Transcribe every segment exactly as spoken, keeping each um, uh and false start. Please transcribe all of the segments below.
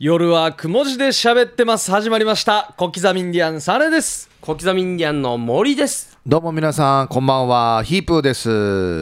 夜はくも字で喋ってます。始まりました。小刻みインディアンサネです。 小刻みインディアンの森です。 どうも皆さんこんばんは、ヒープーです。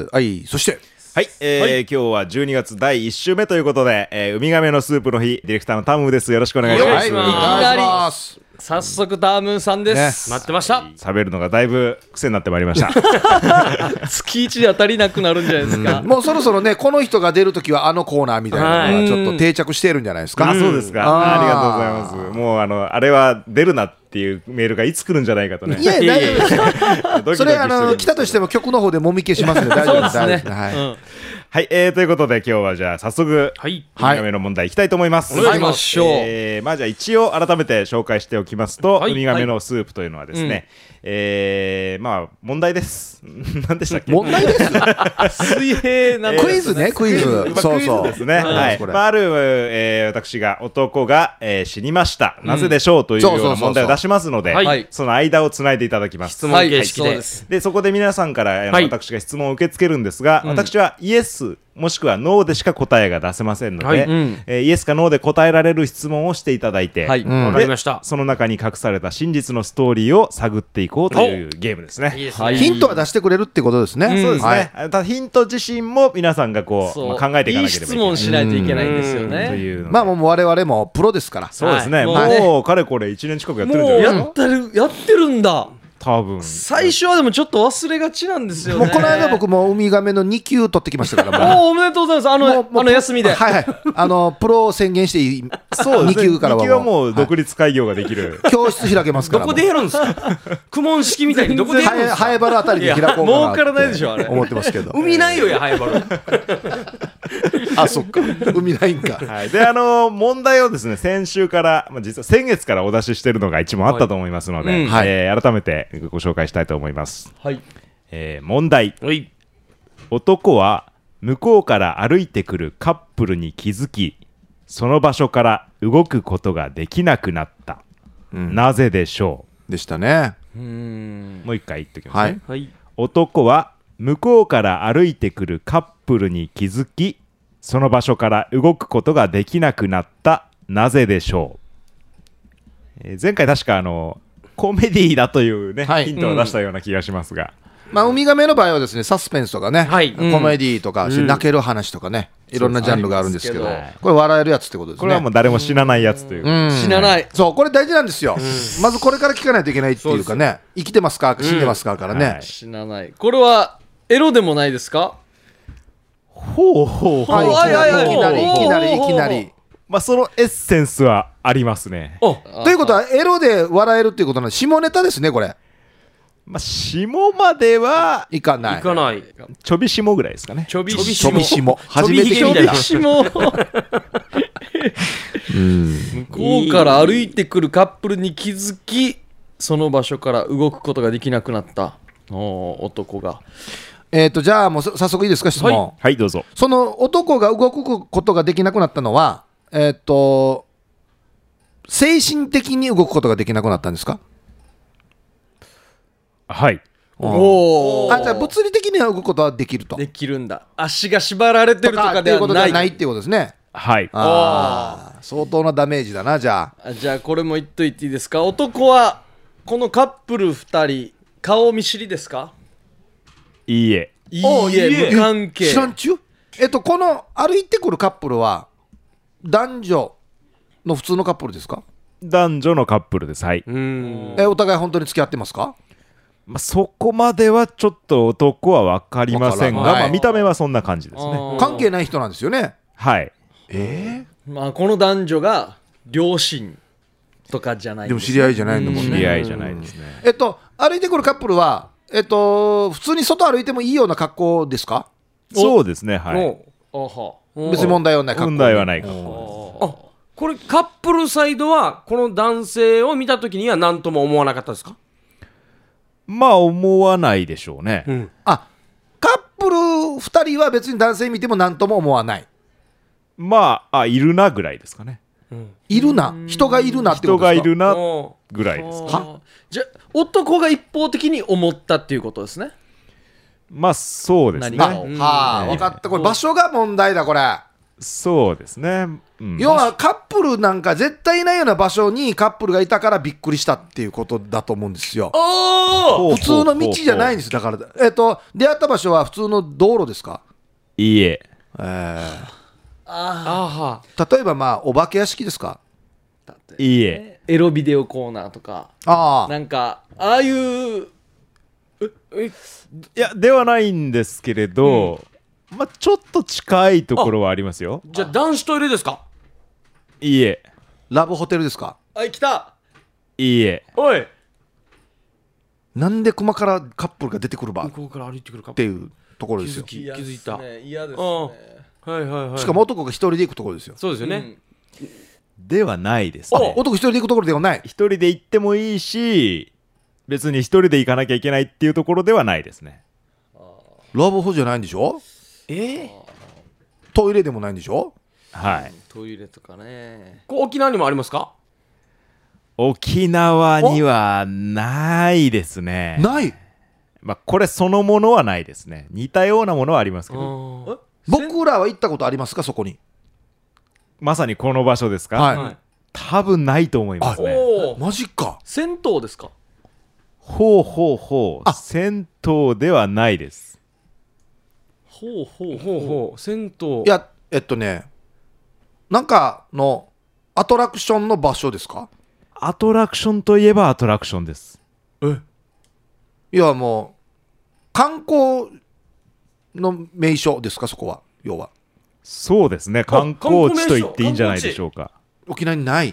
はい、そしてはい、えーはい、今日はじゅうにがつだいいっ週目ということで、えー、ウミガメのスープの日、ディレクターのタムです。よろしくお願いします。 はい、いきなり早速タムさんです、 ね、待ってました。 喋るのがだいぶ癖になってまいりました月いちで当たりなくなるんじゃないですか。 うん、もうそろそろね、この人が出るときはあのコーナーみたいなのがちょっと定着しているんじゃないですか。 あ、そうですか。 あ, ありがとうございます。もうあのあれは出るなっていうメールがいつ来るんじゃないかとね。 いやいや大丈夫ですそれあの来たとしても曲の方でもみ消しますので大丈夫です。 そうですね。 はい、 うんはい、えー、ということで今日はじゃあ早速、はい、ウミガメの問題いきたいと思います。 お願いしましょう。 えー、まあじゃあ一応改めて紹介しておきますと、はい、ウミガメのスープというのはですね、はい、えー、まあ問題です。何でしたっけ？ 問題です。 水平な、 えー、クイズね、クイズ。 まあ、 そうそうクイズですね。はい。まあ、ある、えー、私が男が、えー、死にました。なぜでしょうというような問題を出しますので、その間をつないでいただきます。 質問形式で。 はい、そうです。 で、そこで皆さんから、はい、私が質問を受け付けるんですが、うん、私はイエスもしくはノーでしか答えが出せませんので、はい、うん、えー、イエスかノーで答えられる質問をしていただいて、 はい、うん、わかりました。 その中に隠された真実のストーリーを探っていこうというゲームですね。 いいですね。 はい、ヒントは出してくれるってことですね。 うん、そうですね。はい、ただヒント自身も皆さんがこう、まあ、考えていかなければいけない。いい質問しないといけないんですよね。 というまあもう我々もプロですから。 そうですね。はい、もう、 ね、 もうかれこれいちねん近くやってるんじゃないですか。 やってるやってるんだ。 多分最初はでもちょっと忘れがちなんですよね。 もうこの間僕もウミガメのにきゅう取ってきましたからもうおおめでとうございます。あのあの休みで、 はいはい、あのプロを宣言していい。 そうですね、 にきゅうからはもう、 にきゅうはもう独立開業ができる、 はい、教室開けますから。 どこでやるんですか？公文式みたいにどこでやるんですか？ ハエバルあたりで開こうかなって儲からないでしょあれ思ってますけど。 海ないよやハエバルあ、そっか、海ないんか。 はい、であの問題をですね先週から、まあ、実は先月からお出ししてるのが一問あったと思いますので、はい、えー、改めてご紹介したいと思います。 はい、 えー、問題、 はい、 男は向こうから歩いてくるカップルに気づき、その場所から動くことができなくなった、うん、なぜでしょう。 でしたね。 うーん、 もう一回言っておきますね。 はい、 男は向こうから歩いてくるカップルに気づき、その場所から動くことができなくなった、なぜでしょう。えー、前回確かあのコメディだというね、はい、ヒントを出したような気がしますが、 うん、まあウミガメの場合はですね、サスペンスとかね、はい、コメディとか、うん、泣ける話とかね、いろんなジャンルがあるんですけど、これ笑えるやつってことですね。 これはもう誰も死なないやつという、 うん、死なない。 そう、これ大事なんですよ、うん、まずこれから聞かないといけないっていうかね、生きてますか死んでますかからね、うん、はい、 死なない。これはエロでもないですか？ ほうほうほう、 はい、いきなりいきなりいきなり、 まあそのエッセンスはありますね。 ということはエロで笑えるっていうことなので下ネタですねこれ。 まあ下まではいかない。 いかない。 ちょび下ぐらいですかね。 ちょび下。ちょび下。 初めて聞いた。 ちょび下。向こうから歩いてくるカップルに気づき、その場所から動くことができなくなったお男が。 えーとじゃあもう早速いいですか質問。 はい、はい、どうぞ。 その男が動くことができなくなったのは、えーと精神的に動くことができなくなったんですか？ はい。 おお。 あ、じゃあ物理的には動くことはできると。 できるんだ。足が縛られてるとかではない。 ないっていうことですね。 はい。 ああ、相当なダメージだな。じゃあ。 あ、じゃあこれも言っといていいですか？男はこのカップルふたり顔見知りですか？ いいえ。 いいえ、無関係。 知らんちゅう。えっとこの歩いてくるカップルは男女の普通のカップルですか？ 男女のカップルです。はい。 うーん、 えお互い本当に付き合ってますか？ まあ、そこまではちょっと男は分かりませんが、まあ、見た目はそんな感じですね。 関係ない人なんですよね。 はい。 えー、まあこの男女が両親とかじゃないんです、ね、 でも知り合いじゃないんだもんね。 知り合いじゃないですね。 えっと歩いてくるカップルはえっと普通に外歩いてもいいような格好ですか？ そうですね。はい。 おは別に問題はない格好。 問題はない格好。 あ、これカップルサイドはこの男性を見たときには何とも思わなかったですか？ まあ思わないでしょうね。 うん、あ、カップルふたりは別に男性見ても何とも思わない。 まあ、あ、いるなぐらいですかね。 うん、いるな、人がいるなってことですか？ 人がいるなぐらいですか。 は、じゃ男が一方的に思ったっていうことですね。 まあそうですね。 はあ、分かった。これ場所が問題だこれ。 そうですね、うん、 要はカップルなんか絶対いないような場所にカップルがいたからびっくりしたっていうことだと思うんですよ。 おー普通の道じゃないんです。だから、えっと出会った場所は普通の道路ですか？ いいえ、 えーあ例えばまあお化け屋敷ですか？ いいえ、 エロビデオコーナーとかああ、 なんかああいういやではないんですけれど、まあちょっと近いところはありますよ。 じゃあ男子トイレですか？ いいえ、 ラブホテルですか？ あ来たいいえ、 おいなんで熊からカップルが出てくるばっ向こうから歩いてくるかていうところですよ。 気づき嫌です気づいたね嫌ですうんねはいはいはいしかも男が一人で行くところですよ。 そうですよね、 うんではないですあね。 男一人で行くところではない。 一人で行ってもいいし、別に一人で行かなきゃいけないっていうところではないですね。 ラブホじゃないんでしょ？ えー、 トイレでもないんでしょ？ はい。 トイレとかねこう沖縄にもありますか？ 沖縄にはないですね。 ない。 まあこれそのものはないですね。似たようなものはありますけど、 あー僕らは行ったことありますか？そこに。 まさにこの場所ですか？ はいはい多分ないと思いますね。 おーマジか。 銭湯ですか？ ほうほうほう。 あ銭湯ではないです。 ほうほうほうほう銭湯いや、えっとね、なんかのアトラクションの場所ですか？ アトラクションといえばアトラクションです。 いや、もう観光の名所ですか？そこは。要はそうですね。観光地と言っていいんじゃないでしょうか。 沖縄にない。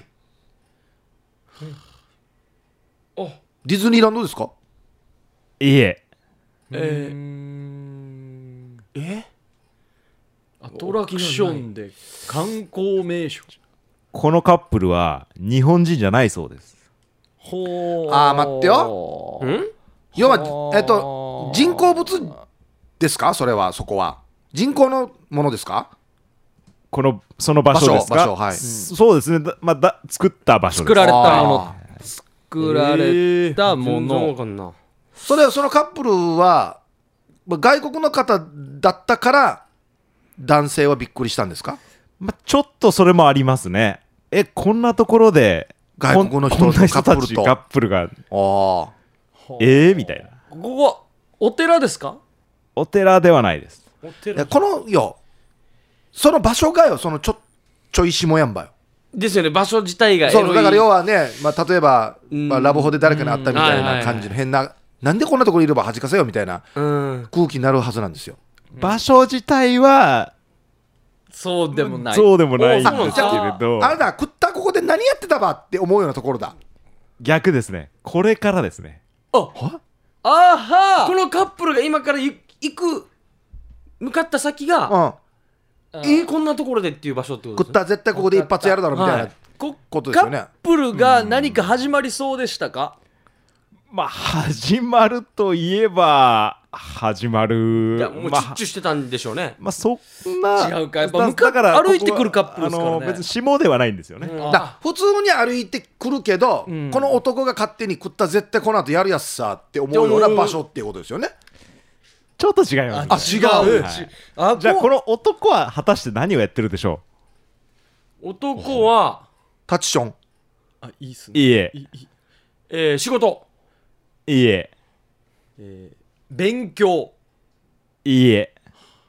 あディズニーランドですか？ いいえ、 えうーー、 んえアトラクションで観光名所このカップルは日本人じゃないそうです。 ほうあー待ってよん要ははあえっと人工物ですか？それはそこは人工のものですか？ このその場所ですか？ 場所場所はいそそうですね。だまあ、だ作った場所です。 作られたもあの作られたも全然わのかんなそれはそのカップルはまあ外国の方だったから男性はびっくりしたんですか？ まあ、ちょっとそれもありますね。え、こんなところで外国の人とこんこんな人たちカップルとカップルがああえー、みたいな。 ここはお寺ですか？ お寺ではないです。 おい寺やこのよその場所がよそのちょちょい下やんばよ。 ですよね場所自体がエロいそうだから要はね、まあ、例えば、 うんまあ、ラブホで誰かに会ったみたいうんはいはいはない感じの変な、なんでこんなところにいれば恥かせよみたいなうん空気になるはずなんですよ。 場所自体はそうでもないそうでもないんですけれおそうなんど、 あれだ食ったここで何やってたばって思うようなところだ。 逆ですね。これからですね。 ああはこのカップルが今から行行く向かった先が、 うんえー、こんなところでっていう場所ってことですね食ったら絶対ここで一発やるだろみたいなはいこことですよねカップルが何か始まりそうでしたか？ まあ始まるといえば始まる。 いやもうチまあッチュしてたんでしょうね、 まあそんな違うかやっぱだ向かだから歩いてくるカップルですからねあの別に下ではないんですよね。 うんだ普通に歩いてくるけど、 んこの男が勝手に食ったら絶対この後やるやつさって思うような場所っていうことですよね。 ちょっと違いますね。 あ違うはいあじゃあこの男は果たして何をやってるでしょ男は、 タッチションあいいっすう。 ねいいえ、 いいえー、仕事いいえ、 えー勉強いいえ。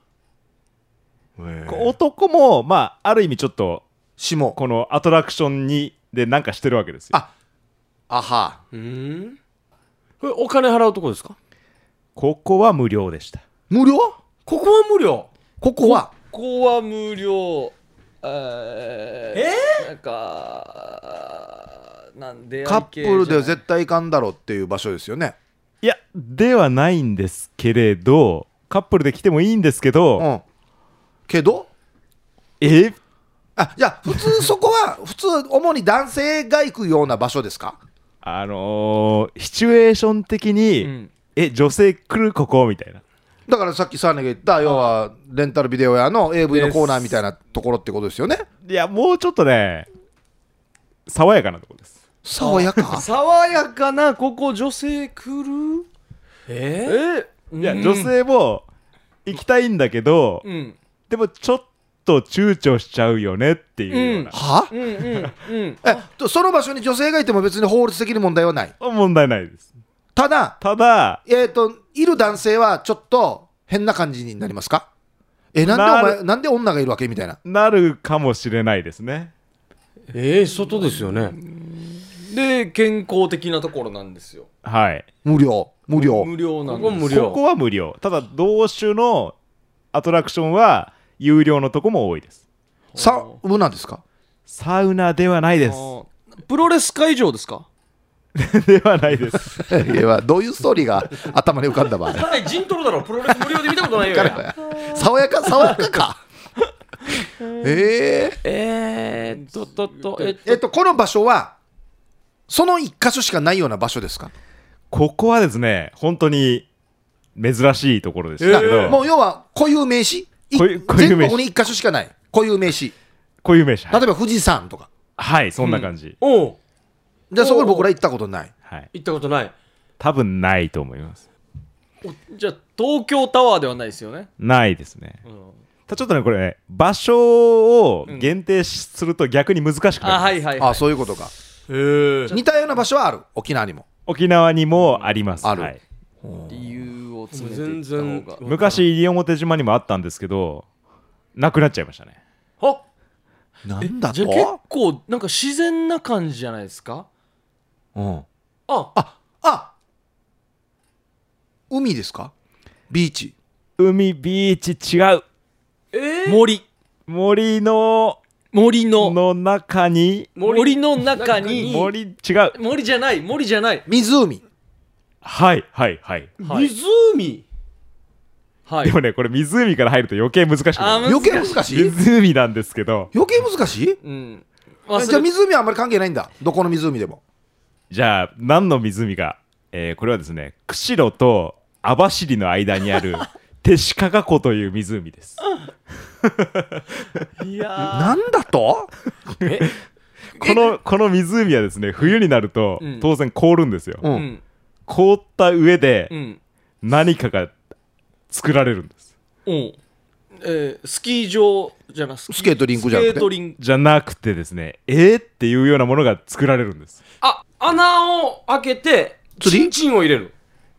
男もまあある意味ちょっと下このアトラクションにでなんかしてるわけですよ。 ああはうーんこれお金払うとこですか？ ここは無料でした。 無料ここは無料ここはここは無料えー、なんかなんでカップルで絶対いかんだろうっていう場所ですよね。 いやではないんですけれど、カップルで来てもいいんですけど、 うんけどえあじゃあ普通そこは普通主に男性が行くような場所ですか？ あのー、シチュエーション的に、 うんえ女性来るここみたいな。 だからさっきサーネが言った要はレンタルビデオ屋の エーブイ のコーナーみたいなところってことですよね。 いやもうちょっとね爽やかなところです。 爽やか爽やかなここ女性来るええいや女性も行きたいんだけど、 うんでもちょっと躊躇しちゃうよねっていうような、 はうんうんうんえとその場所に女性がいても別に法律的に問題はない。 問題ないです。 ただ、 ただえー、といる男性はちょっと変な感じになりますか。えなんでおな前なんで女がいるわけみたいな。 なるかもしれないですね。 えー、外ですよね。 で健康的なところなんですよ。 はい無料無料無料なんです。 ここ無料ここは無料。ただ同種のアトラクションは有料のとこも多いです。 サウナですか。 サウナではないです。 あープロレス会場ですか。 ではないです。 いやどういうストーリーが頭に浮かんだ場合はい、陣取るだろ、プロレス無料で見たことないよ。 爽やか爽やかかえー、 えーっと、と、と、えっと、 えっとこの場所はその一箇所しかないような場所ですか。 ここはですね、本当に珍しいところですけど、 えーもう要は固有名詞い固有固有名詞全国に一箇所しかない固有名詞。 こういう名詞、はい、 例えば富士山とか。 はいそんな感じ、 おう、 じゃあそこに僕ら行ったことない。 はい、 行ったことない。 多分ないと思います。 じゃあ東京タワーではないですよね。 ないですね。 うんただちょっとねこれね場所を限定しすると逆に難しくなる、 あはいはいはい。 あそういうことか。 へー。 似たような場所はある沖縄にも。 沖縄にもあります、 あるはい、 理由を詰めていった全然方が。 昔西表島にもあったんですけどなくなっちゃいましたね。 あ、 なんだじゃあ結と。 構なんか自然な感じじゃないですか。 うん、 あ、 ああ海ですか。ビーチ。 海ビーチ違う。 えー、 森森の森のの中に森の中に森違う。 森じゃない森じゃない。 湖。 はいはいはい。 はい湖。 はいでもねこれ湖から入ると余計難しくなる。 あー余計難しい。 湖なんですけど、 余計難しい。 うん。 えじゃあ湖はあんまり関係ないんだ。どこの湖でも。 じゃあ何の湖か、えーこれはですね釧路と網走の間にある手鹿湖という湖です。 いやなんだと。 このこの湖はですね冬になるとうん当然凍るんですよ、 うんーうん凍った上でうん何かが作られるんです。 うん。えースキー場じゃなススケートリンクじゃなくてスケートリンク。 じゃなくてですねえー、っていうようなものが作られるんです。 あ、穴を開けて、 釣りチンチンを入れる。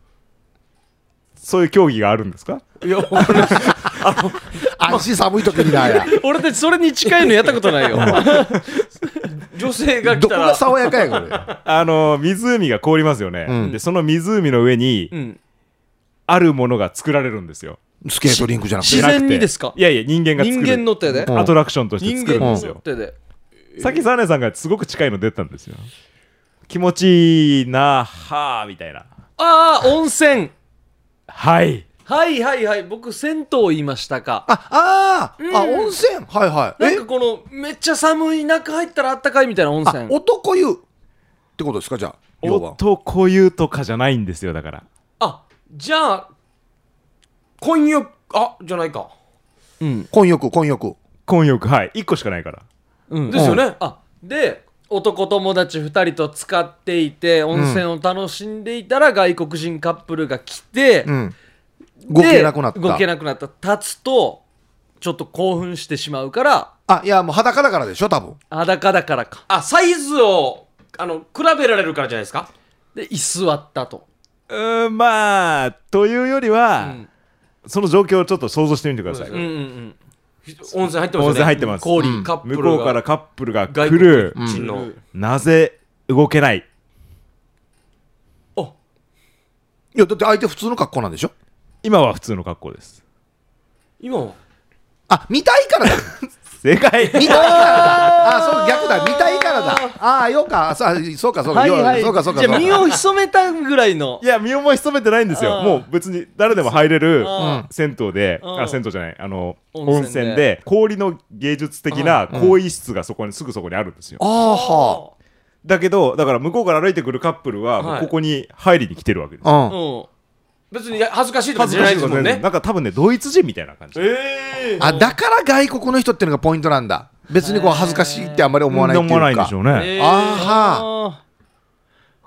そういう競技があるんですか。 いや、わかんない。 足寒い時になや。 俺たちそれに近いのやったことないよ。 女性が来どこがたら、 爽やかやこれ。 あの湖が凍りますよね、 うんでその湖の上にうん。 あるものが作られるんですよ。 スケートリンクじゃなくて。 自然にですか。 いやいや人間が作人る間の手で。 うんアトラクションとして人作る間のんですよ。 手で。 さっきサーネさんがすごく近いの出たんですよ。気持ちいいなはーみたいな。 ああ温泉。 はいはいはいはい。僕銭湯言いましたか。 ああー、あ温泉。はいはい。 なんかこのめっちゃ寒い中入ったらあったかいみたいな温あ泉。 男湯ってことですか。じゃあ要は。 男湯とかじゃないんですよ。だからあ、じゃあ、婚浴、あ、じゃないか。 うん混浴混浴。 混浴はいいっこしかないから。 うん。 ですよね。 あで男友達ふたりと使っていて温泉を楽しんでいたら外国人カップルが来て、 うん。動けなくなった。 で動けなくなった。立つとちょっと興奮してしまうからあいやもう裸だからでしょ多分。 裸だからか。 あ、サイズを、あの、比べられるからじゃないですか。 で居座ったと。 うーんまあというよりは、 うんその状況をちょっと想像してみてください。 うんうんうん。 温泉入ってますよね。 温泉入ってます。 氷、 うんカップルが向こうからカップルが外来る、 国人の。 なぜ動けない。 あ、 いやだって相手普通の格好なんでしょ。 今は普通の格好です。 今はあ見たいからだ。 正解見たいからだ。あそう逆だ見たいからだ。ああよかさそうかそうか、 はいはい。 そうかそうかじそうか。 ゃあ身を潜めたぐらいのい。や身をも潜めてないんですよ。 あーもう別に誰でも入れるあ銭湯で、 うんあ銭湯じゃないあの温温泉で泉で氷の芸術的な更衣室がそこにすぐそこにあるんですよ。 ああはだけどだから向こうから歩いてくるカップルはもうここに入りに来てるわけです。 あ。うん。 うん。 別に恥ずかしいとか恥じゃないずかしいとかですもんね。 なんか多分ねドイツ人みたいな感じ。 えあだから外国の人っていうのがポイントなんだ。別にこう恥ずかしいってあんまり思わないっていうか。 思わないんでしょうね。 えーああ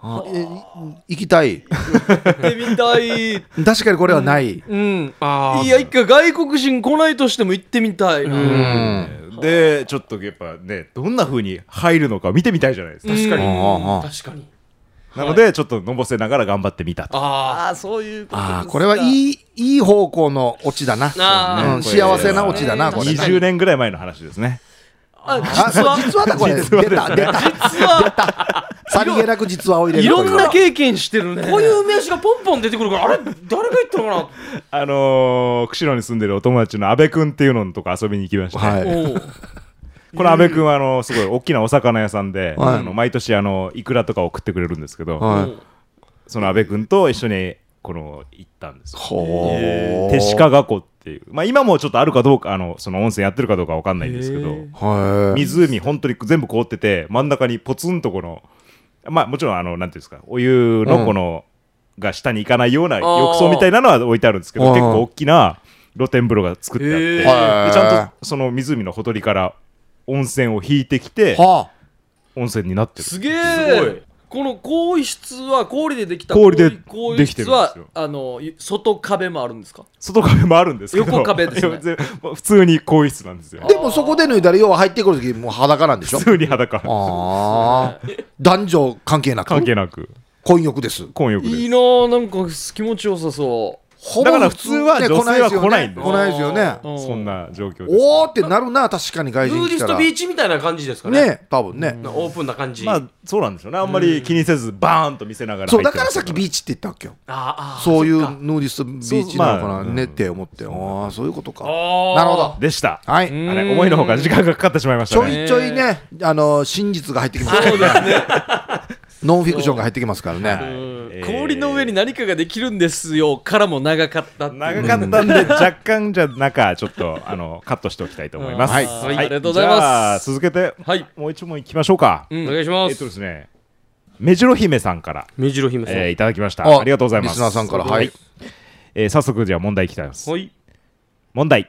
あえ行きたい。 行ってみたい。 確かにこれはない。 うん。 あーいや、一回外国人来ないとしても行ってみたいな。 うんでちょっとやっぱねどんな風に入るのか見てみたいじゃないですか、 確かにああ確かになのでちょっとのぼせながら頑張ってみたと。 あああ、そういうことですか。 ああこれはいいいい方向のオチだな。 あーうん幸せなオチだなこれ。 にじゅうねんぐらい前の話ですね。 あ、 あ実は実はだこれ。 実は出た出た実は出た。さりげなく実はを入れる。 いろんな経験してるね。 こういう名詞がポンポン出てくるからあれ誰が言ったのかなあのー、釧路に住んでるお友達の阿部君っていうののとこ遊びに行きました、 はい。 おうこの阿部君はあのすごい大きなお魚屋さんで、 はいあの毎年あのイクラとかを送ってくれるんですけど、 はい。 その阿部君と一緒にこの行ったんですよ。 ほう。 手鹿湖っていう、まあ、今もちょっとあるかどうかあのその温泉やってるかどうかわかんないんですけど、 へーはい。 湖本当に全部凍ってて真ん中にポツンとこのまあもちろんあのなんていうんですかお湯のこの、が下に行かないような浴槽みたいなのは置いてあるんですけどあー結構大きな露天風呂が作ってあって、 へーではいちゃんとその湖のほとりから温泉を引いてきては温泉になってる。 すげすごえい。 この更衣室は氷でできた氷で更衣できてるんです室はよあの外壁もあるんですか？ 外壁もあるんですけど横壁ですねいや全普通に更衣室なんですよあ。でもそこで脱いだら要は入ってくる時もう裸なんでしょ。 普通に裸ああ。男女関係なく。 関係なく混浴です。 混浴です。 いいなぁ、なんか気持ちよさそほぼだから普通はね女性は来ないんです来ないですよね。 う。 そんな状況です。 おーってなるな確かに外ヌーディス人来たら。 トビーチみたいな感じですかねね多分ね。 オープンな感じまあそうなんですよね。あんまり気にせずバーンと見せながらそう入ってましただからさっきビーチって言ったわけよ。 あーあーそういうそっかヌーディストビーチなのかなそうまあねって思って。ああそういうことか。 あーなるほど。 でした。 はい。 うんあれ思いのほか時間がかかってしまいましちょたね。 いちょいねあの真実が入ってきますからね。ノンフィクションが入ってきますからね。 うんえー氷の上に何かができるんですよからも長かったっていう。 長かったんで若干じゃ中ちょっとあのカットしておきたいと思います。 はいはいありがとうございますじゃあ続けてはい。 もう一問いきましょうか。 うんお願いしまえっとすですね目白姫さんから、 目白姫さんえーいただきました。 あありがとうございます。 リスナーさんからはい。 えー早速じゃあ問題いきたいです。 はい問題。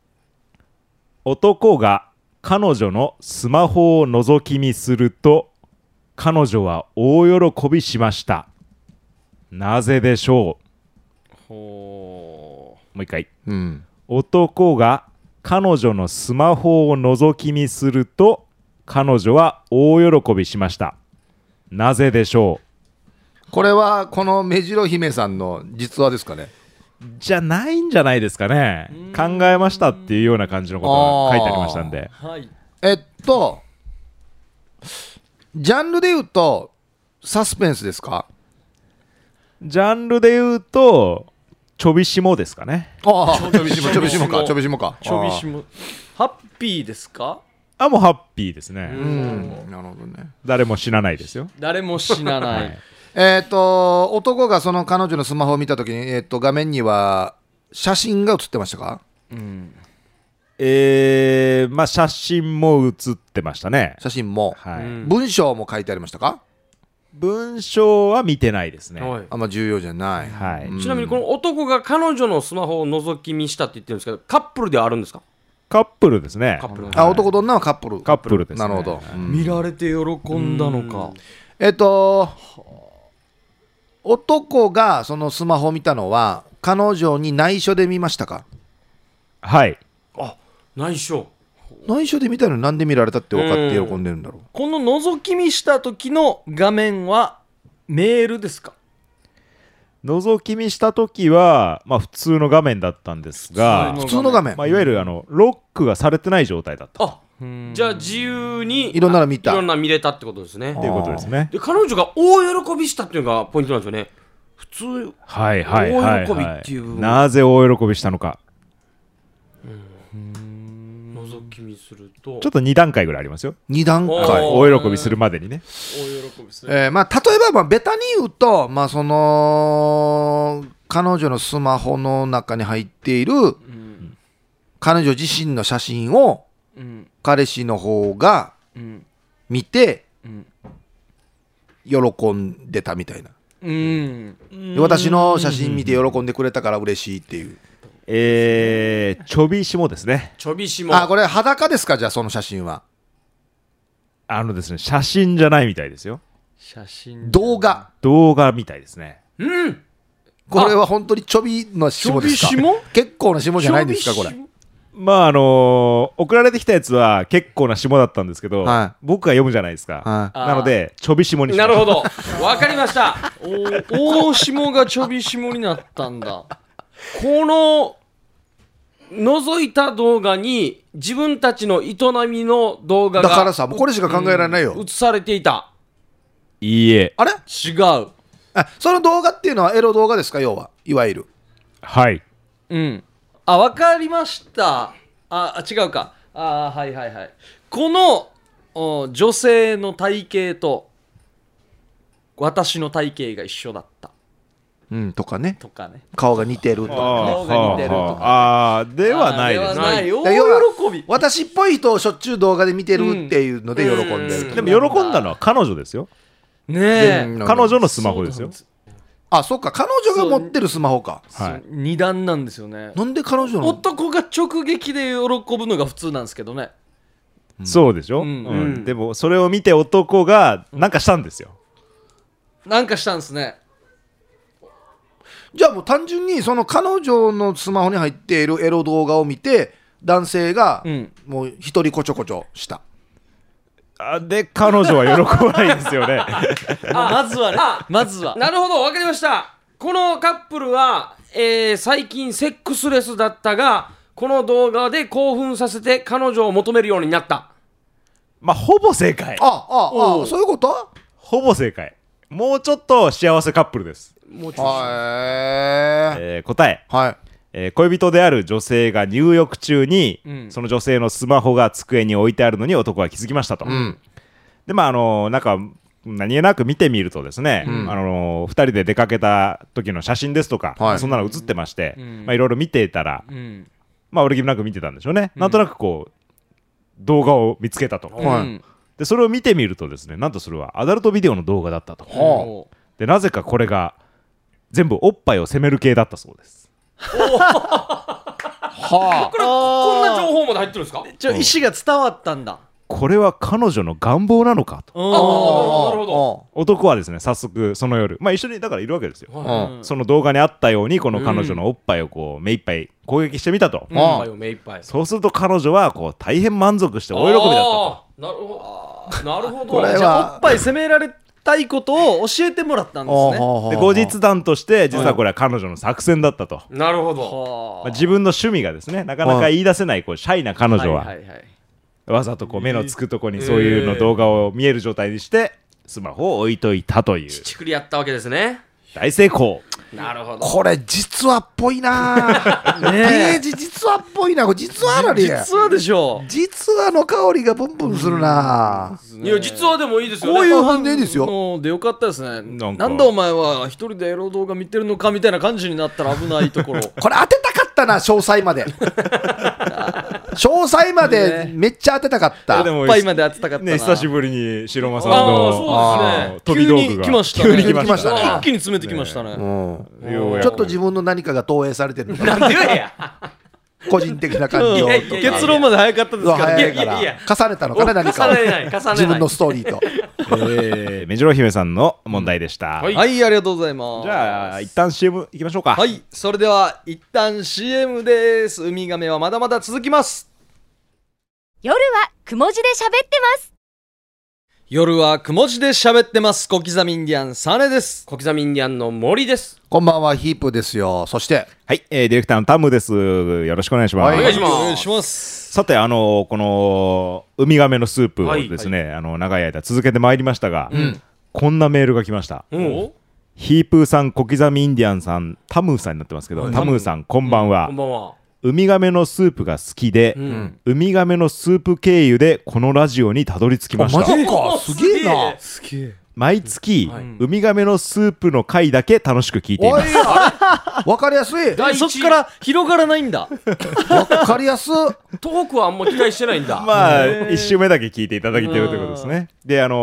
男が彼女のスマホを覗き見すると彼女は大喜びしました。なぜでしょほう。もう一回。 うん。 男が彼女のスマホを覗き見すると彼女は大喜びしました。なぜでしょこれはこの目白姫さんの実話ですかね。 う。じゃないんじゃないですかね。考えましたっていうような感じのことが書いてありましたんで。 う。はい。 えっとジャンルで言うとサスペンスですか。 ジャンルで言うとちょびしもですかね。 ああちょびしもちょびしもかちょびしもか。 ちょびしも。ハッピーですか？ あもうハッピーですね。 うんなるほどね。 誰も死なないですよ。 誰も死ななはいい。 えっと男がその彼女のスマホを見たときに、えっと画面には写真が写ってましたか。 うん。 えー、まあ写真も写ってましたね。 写真も、 はい。 うん文章も書いてありましたか。 文章は見てないですね。 はいあんま重要じゃない。 はい。 うんちなみにこの男が彼女のスマホを覗き見したって言ってるんですけどカップルではあるんですか。 カップルですね。 カップルあ男と女はカップル。 カップルですね。 なるほど。うん見られて喜んだのか。 えっと男がそのスマホを見たのは彼女に内緒で見ましたか。 はい。 あ内緒内緒で見たのになんで見られたって分かって喜んでるんだろう。 この覗き見した時の画面はメールですか？ 覗き見した時は、まあ、普通の画面だったんですが普普通の画面、 まあ、いわゆるあのロックがされてない状態だったあじゃあ自由にいろんなの見たいろんな見れたってことですねっていうことですね。 で彼女が大喜びしたっていうのがポイントなんですよね普通はいはいはい、はい、 大喜びっていう部分なぜ大喜びしたのか。 覗き見するとちょっとに段階ぐらいありますよ。 に段おー階。 大喜びするまでにね。 大喜びですね。 えーまあ、例えばまあベタに言うと、まあ、その彼女のスマホの中に入っているうん彼女自身の写真をうん彼氏の方がうん見てうん喜んでたみたいな。 うん。 で私の写真見て喜んでくれたから嬉しいっていう。 えー、ちょびしもですね。 ちょびしもあこれ裸ですか。じゃあその写真はあのですね写真じゃないみたいですよ。 写真動画。 動画みたいですね。 うんこれは本当にちょびの下ですか？ ちょび下結構な下じゃないんですかこれ？ まああのー送られてきたやつは結構な下だったんですけど、 はい僕が読むじゃないですか。 はいなのでちょび下にしました。 なるほどわかりましたお大下がちょび下になったんだ。 この覗いた動画に自分たちの営みの動画だからがさもうこれしか考えられないよ。 映されていた。 いいえ。 あれ？ 違う。 あその動画っていうのはエロ動画ですか？要はいわゆる。 はい。 うん。あ、わかりました。あ、あ違うか。あ、はいはいはい。このお女性の体型と私の体型が一緒だったうんとかね。 とかね。 顔が似てるとか。 顔が似てるとかあーではないですあではない。 要は大喜び。 私っぽい人をしょっちゅう動画で見てるっていうので喜んでると。 でも喜んだのは彼女ですよ。 ねえ。 うん彼女のスマホですよ。 あ、そっか彼女が持ってるスマホか。 はい。 二段なんですよね。 なんで彼女の？ 男が直撃で喜ぶのが普通なんですけどね。 そうでしょ、 うんうんうんでもそれを見て男がなんかしたんですよ。 なんかしたんですね。 じゃあもう単純にその彼女のスマホに入っているエロ動画を見て男性がうん。 もう一人こちょこちょした。 あで彼女は喜ばないですよね。 まずはねあ。 まずは。 なるほどわかりましたこのカップルは、えー最近セックスレスだったがこの動画で興奮させて彼女を求めるようになった。 まあほぼ正解。 ああああそういうこと？ ほぼ正解。もうちょっと幸せカップルです。 もうちょっとはいえー答え、 はい。 えー恋人である女性が入浴中に、 うんその女性のスマホが机に置いてあるのに男は気づきましたと。 うんでまああのーなんか何気なく見てみるとですね、 んあのー、ふたりで出かけた時の写真ですとか、 はいそんなの写ってまして、 うんまあいろいろ見ていたら、 うん。 まあ俺気もなく見てたんでしょうね、なんとなくこう動画を見つけたと、 はいうんでそれを見てみるとですねなんとそれはアダルトビデオの動画だったと、 はでなぜかこれが全部おっぱいを責める系だったそうです。 はこれこんな情報まで入ってるんですか？ ちょ意思が伝わったんだ。 これは彼女の願望なのかとああなるほど。 男はですね早速その夜まあ一緒にだからいるわけですよ、 あその動画にあったようにこの彼女のおっぱいをこう目いっぱい攻撃してみたと、 目いっぱいを目いっぱい。 そうすると彼女はこう大変満足して大喜びだったと。 あーなるほど。なるほど。 これはじゃあおっぱい責められたいことを教えてもらったんですね。 で後日談として実はこれは彼女の作戦だったと、 なるほど。 はまあ、自分の趣味がですねなかなか言い出せないこうシャイな彼女ははいはいはいわざとこう目のつくとこにそういうの動画を見える状態にしてスマホを置いといたというちくりやったわけですね。 大成功。 なるほど。 これ実話っぽいなページ実話っぽいなこれ実話なり実はでしょう。 実話の香りがプンプンするないや実はでもいいですよね。 こういう反応ですよのでよかったですね。 なんかなんだお前は一人でエロ動画見てるのかみたいな感じになったら危ないところ。 これ当てたかったな詳細まで詳細までめっちゃ当てたかったでもおっぱいまで当てたかったな。 ね久しぶりに白間さんあのーそうですねあの飛び急道具がに来ましたね。 急に来ましたね一気に詰めてきましたね。 うんようやくちょっと自分の何かが投影されてるのかなんでや。 個人的な感情とかいやいやいや結論まで早かったですからね。 早いからいやいや重ねたのかな何かを重ねない重ねない。 自分のストーリーとえー目白姫さんの問題でした、 はいはい、ありがとうございます。 じゃあ一旦 シーエム いきましょうか。 はい、それでは一旦 シーエム です。ウミガメはまだまだ続きます。 夜はくも字で喋ってます。 夜はくも字で喋ってます。小刻みインディアンサネです。 小刻みインディアンの森です。 こんばんはヒープですよそしてはい、えーディレクターのタムです。よろしくお願いします。 はいお願いしますお願いします。 さて、あのこのウミガメのスープをですね、あの長い間続けてまいりましたが、こんなメールが来ました。 うん。 ヒープーさん、小刻みインディアンさん、タムーさんになってますけど、タムーさんこんばんは。 こんばんは。 ウミガメのスープが好きで、 うん。 ウミガメのスープ経由でこのラジオにたどり着きましあマた。 ジかすげえなすげえ。 毎月、 はいウミガメのスープの回だけ楽しく聞いています。 おいやわかりやすい第一そっから広がらないんだ。 わかりやすトークはあんま期待してないんだ。 まあ、一周目だけ聞いていただいてるということですね。で、あの、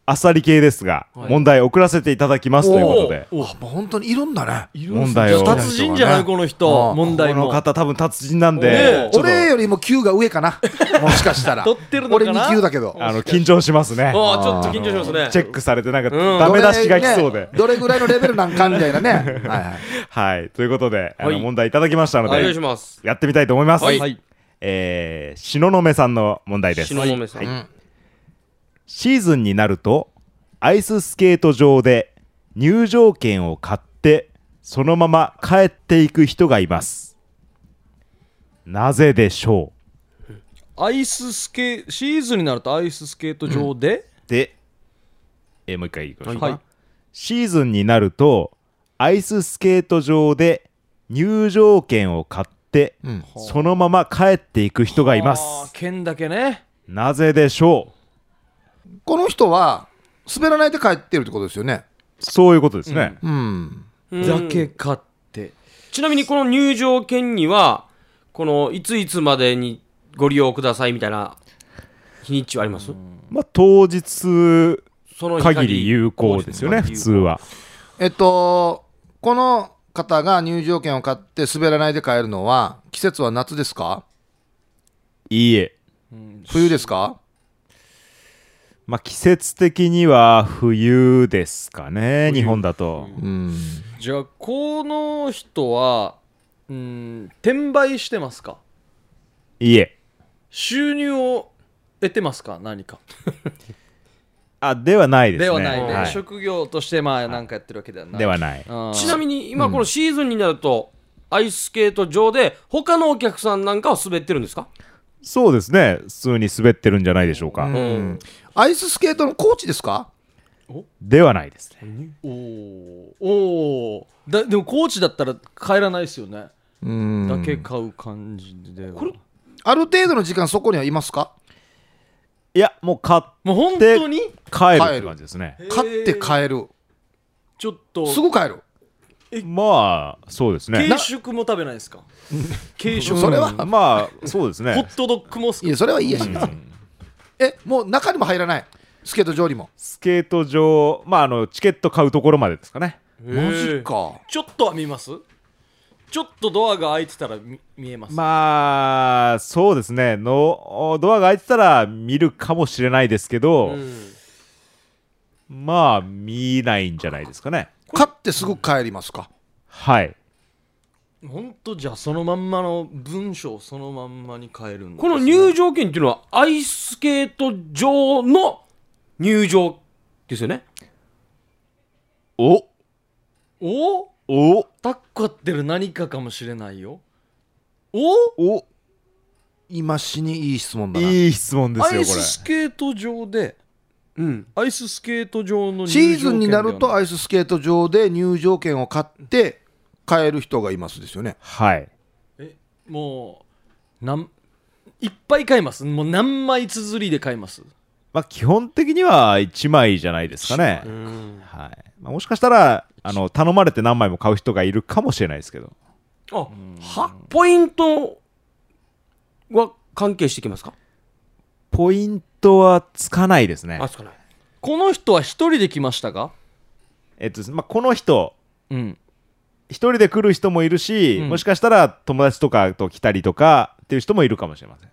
あっさり系ですが、 はい問題送らせていただきますということで、 あもう本当にいるんだね。 いるんす問題をじゃあ達人じゃないこの人あこの問題も方多分達人なんねでえ、 ちょっと俺よりも級が上かなもしかしたら取ってるのかな俺に級だけどあの緊張しますね。 ああちょっと緊張しますね。 チェックされてなんかうんダメ出しが来そうで。 どれ,、ね、どれぐらいのレベルなんかみたいなねはいはいはい、ということで、あのはい問題いただきましたのお願いしで、 ます。 やってみたいと思います。 はいはいえー、東雲さんの問題です。 東雲さん、 うんシーズンになるとアイススケート場で入場券を買ってそのまま帰っていく人がいます。なぜでしょアイススケシーズンになるとアイススケート場で、 う。で、えーもう一回いきましょうか、 はいシーズンになるとアイススケート場で入場券を買ってうんそのまま帰っていく人がいまあーす。 剣だけねなぜでしょう。 この人は滑らないで帰ってるってことですよね。 そういうことですね。 うんうんだけ買ってちなみにこの入場券にはこのいついつまでにご利用くださいみたいな日にちはあります？ まあ当日その日限り有効ですよね、普通は。 えっとこの方が入場券を買って滑らないで帰るのは季節は夏ですかいいえ。 冬ですか。 まあ季節的には冬ですかね、日本だと。 うんじゃあこの人はうん転売してますかいいえ。 収入を得てますか何かあ、ではないですね。 ではないね、 はい職業としてまあ何かやってるわけではないではない。 うんちなみに今このシーズンになると、アイススケート場で他のお客さんなんかは滑ってるんですか？ そうですね、普通に滑ってるんじゃないでしょうか。 うんアイススケートのコーチですか。 ではないですね。 おーおーだでもコーチだったら帰らないですよね、 うんだけ買う感じではある程度の時間そこにはいますか。 いや、もう買っもう本当にて帰るって感じですね。 買って帰るちょっとすぐ帰るまあ、そうですね。 軽食も食べないですか軽食それはまあ、そうですね。 ホットドッグもすいやそれはいいやし、 うんえもう中にも入らないスケート場にも。 スケート場、まあ、あの、チケット買うところまでですかね。 マジか。 ちょっとは見ますちょっとドアが開いてたら見見えます、 まあ、そうですねの。ドアが開いてたら見るかもしれないですけど、 うんまあ、見ないんじゃないですかね。 買ってすぐ帰りますか。 はい。 本当じゃあそのまんまの文章そのまんまに変えるんです、ね、 この入場券っていうのはアイススケート場の入場ですよね。 おおおタッカってる何かかもしれないよおお今しにいい質問だな。 いい質問ですよ、これアイス。スケート場でうんアイススケート場の入場券シーズンになるとイアイススケート場で入場券を買って帰る人がいますですよね。 はい。 もうなんいっぱい買いますもう何枚綴りで買いますまあ、基本的にはいちまいじゃないですかね。 うんはい。まあ、もしかしたら、あの、頼まれて何枚も買う人がいるかもしれないですけど。 あはポイントは関係してきますか？ ポイントはつかないですねあ。つかない。 この人は一人で来ましたかえっと、まあ、この人、 うん一人で来る人もいるし、 うんもしかしたら友達とかと来たりとかっていう人もいるかもしれません。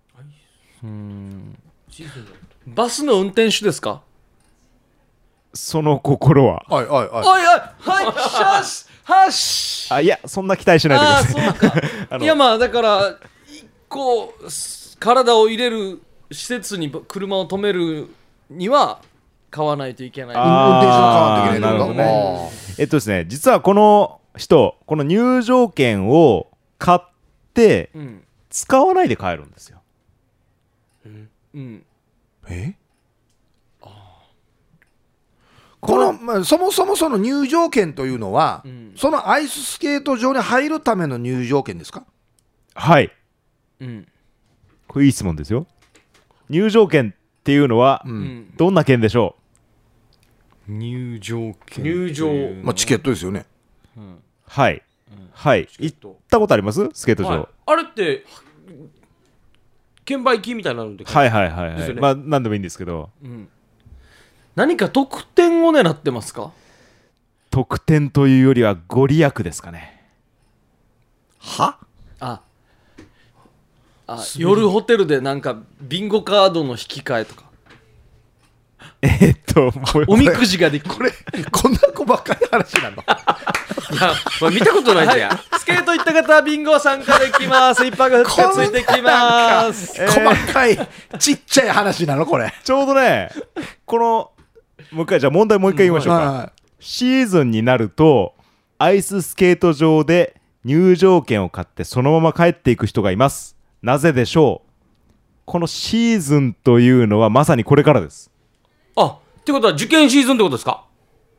バスの運転手ですかその心は。 はいはいはい。 おいおいはいシャッシハッシあ、いや、そんな期待しないでくああださい。 そうかあのいやまあだから一個す体を入れる施設に車を止めるには買わないといけないあ運転手の買わなきゃいけないのなるほどねえっとですね、実はこの人、この入場券を買ってうん使わないで帰るんですよ。 うんえこの、まあ、そもそもその入場券というのは、 うんそのアイススケート場に入るための入場券ですか。 はい。 うんこれいい質問ですよ。入場券っていうのは、 ううんんどんな券でしょ入場券入場まあ、チケットですよね。 う？はい。はい。行ったことありますスケート場。 はい、あれって券売機みたいなので、 はいはいはいはい、 ですよねまあ何でもいいんですけど、 うん何か得点を狙ってますか？ 得点というよりはご利益ですかね。 はああ、夜ホテルでなんかビンゴカードの引き換えとかえー、っともうおみくじができる。 これこんな細かい話なの？ いやこれ見たことないんだよ、 スケート行った方はビンゴ参加できます。一泊二日ついてきます。 えー細かいちっちゃい話なのこれ？ ちょうどねこのもう一回じゃあ問題もう一回言いましょうか、 はシーズンになるとアイススケート場で入場券を買ってそのまま帰っていく人がいます。なぜでしょう？このシーズンというのはまさにこれからです。 あってことは受験シーズンってことですか？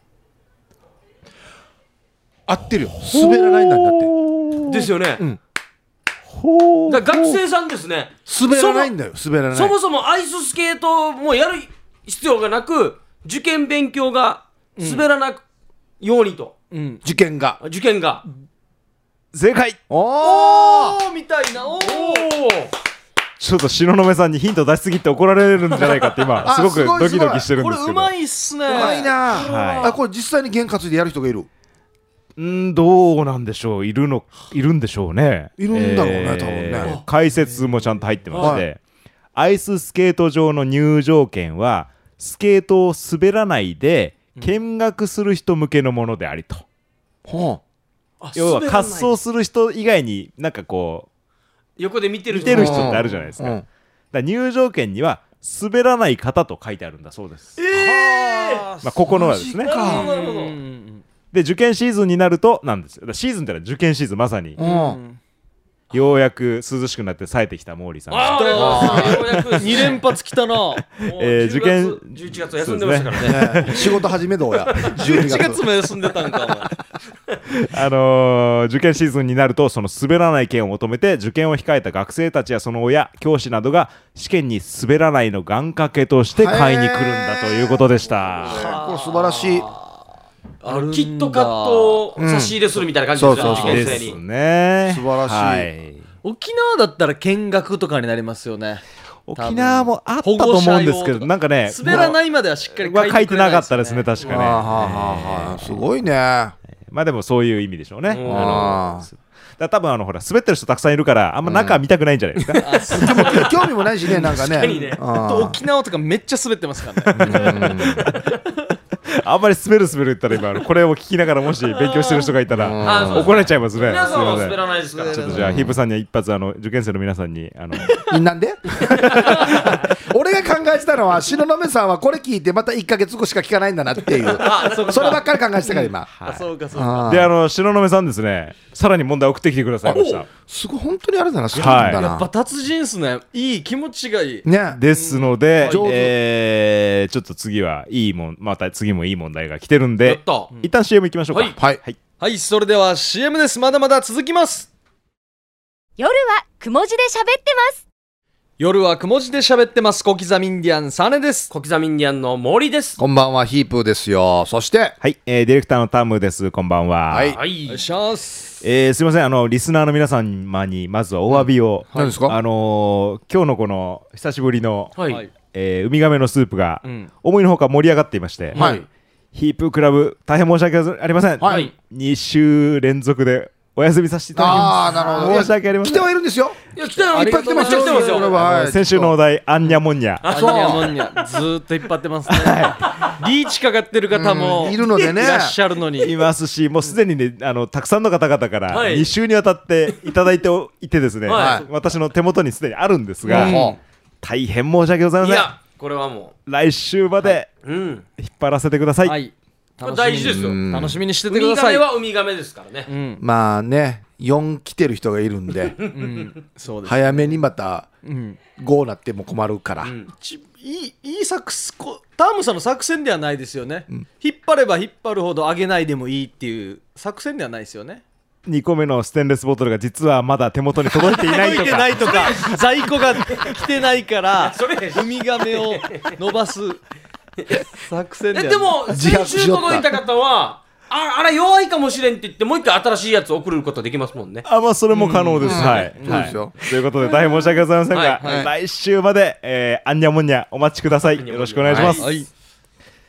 合ってるよ。滑らないんだって。 ですよね、 んほうだから学生さんですね。 滑らないんだよ。滑らない。 そもそもアイススケートもやる必要がなく受験勉強が滑らなくようにと、 うん。 受験が。 受験が正解。 おお。 おーみたいな。おーちょっと東雲さんにヒント出しすぎって怒られるんじゃないかって今あすごくすごいドキドキしてるんこですけど、 れうまいっすね。 うまいな。 はいあ、これ実際に験担いでやる人がいる。 んどうなんでしょう。いるのいるんでしょうね。 いるんだろうね多分ね解説もちゃんと入ってまして、 はいアイススケート場の入場券はスケートを滑らないで見学する人向けのものでありと、 はあ要は滑らない滑走する人以外になんかこ横で見てるう見てる人ってあるじゃないですか。 うんだから入場券には滑らない方と書いてあるんだそうです。 あまあ、ここのはですねマジかなるほどうんで受験シーズンになるとなんですよ。だからシーズンってのは受験シーズンまさにうんうんようやく涼しくなって冴えてきたモーリーさんあーようやく二連発きたな。 もうえー受験じゅうがつじゅういちがつ休んでましたからね。 ね仕事始めどうや。 じゅういちじゅうにがつがつも休んでたんかお前。 あのー受験シーズンになるとその滑らない券を求めて受験を控えた学生たちやその親教師などが試験に滑らないの願掛けとして買いに来るんだということでした。 これ素晴らしい。 あのキットカットを差し入れするみたいな感じですよ、 うんそうそうそうです受験生に。 ね。 素晴らしいはい沖縄だったら見学とかになりますよね。 沖縄もあったと思うんですけどなんかね滑らないまではしっかりは書いてなかったでですね確かね。 はあはあはあはあすごいね。あまあでもそういう意味でしょうね。 うんあのあだから多分あのほら滑ってる人たくさんいるからあんま中見たくないんじゃないですか。 でも興味もないしねなんかね。 確かにねああ沖縄とかめっちゃ滑ってますからね。 あんまり滑る滑る言ったら今あのこれを聞きながらもし勉強してる人がいたらあそう怒られちゃいますね。 皆さんは滑すいませんらないですから。 ちょっとじゃあヒープさんには一発あの受験生の皆さんにあのなんで俺が考えてたのは東雲さんはこれ聞いてまたいっかげつごしか聞かないんだなっていうそればっかり考えてたから今。 あそうかそうか。 ああであの東雲さんですねさらに問題送ってきてくださいました。 すごい本当にあれだなすごいんだな。 やっぱ達人っすね。いい気持ちがいい。 ね。 ですので上手、 えーちょっと次はいいもんまた次もいい問題が来てるんやっでた。 一旦 シーエム 行きましょうか。 はいはい。 はい、それでは シーエム です。まだまだ続きます。 夜はくも字で喋ってます。 夜はくも字で喋ってます。小刻みインディアンサネです。 小刻みインディアンの森です。 こんばんはヒープーですよ。そしてはい、えーディレクターのタムです。こんばんは。 はいはいお願いします。 えーすいませんあのリスナーの皆様にまずはお詫びを、 何ですか？ あのー今日のこの久しぶりの、 はい。 はいえーウミガメのスープが、 うん思いのほか盛り上がっていまして、 はいヒープークラブ大変申し訳ありません、 はいに週連続でお休みさせていただきあまあなるほど。 申し訳ありません来てはいるんですよ。 いや、来たよ。 いっぱい来てますよ。 来てますよ。 これははいす先週のお題アンニャモンニャあそうにゃもんにゃずーっと引っ張ってますね。リーチかかってる方もうんいるのでねいらっしゃるのに。 いますしもうすでにねあのたくさんの方々からはいに週にわたっていただいていてですね、 はい私の手元にすでにあるんですが、 うん大変申し訳ございません。 いや、これはも来週までう。うん。 引っ張らせてください、 はい。 これ大事ですよ。 うん楽しみにしてウミガメてください。 はウミガメですからね。 うん、 まあねよん来てる人がいるんでうん、そうです。 早めにまたうん、 ごなっても困るから。 うん。 ちいいいい作戦こタームさんの作戦ではないですよね、引っ張れば引っ張るほど上げないでもいいっていう作戦ではないですよね。 にこめのステンレスボトルが実はまだ手元に届いていないと届いてかないとか在庫が来てないからそれウミガメを伸ばす作戦ではえ、 ない。 でも、 自白先週しよった届いた方は、ああれ弱いかもしれんって言って、もう一回新しいやつ送ることできますもんね。 あまあそれも可能です、 うんはい、 そうですよはいということで大変申し訳ございませんが、 はいはい来週まで、えー、アンニャモンニャお待ちください。よろしくお願いします、 はい、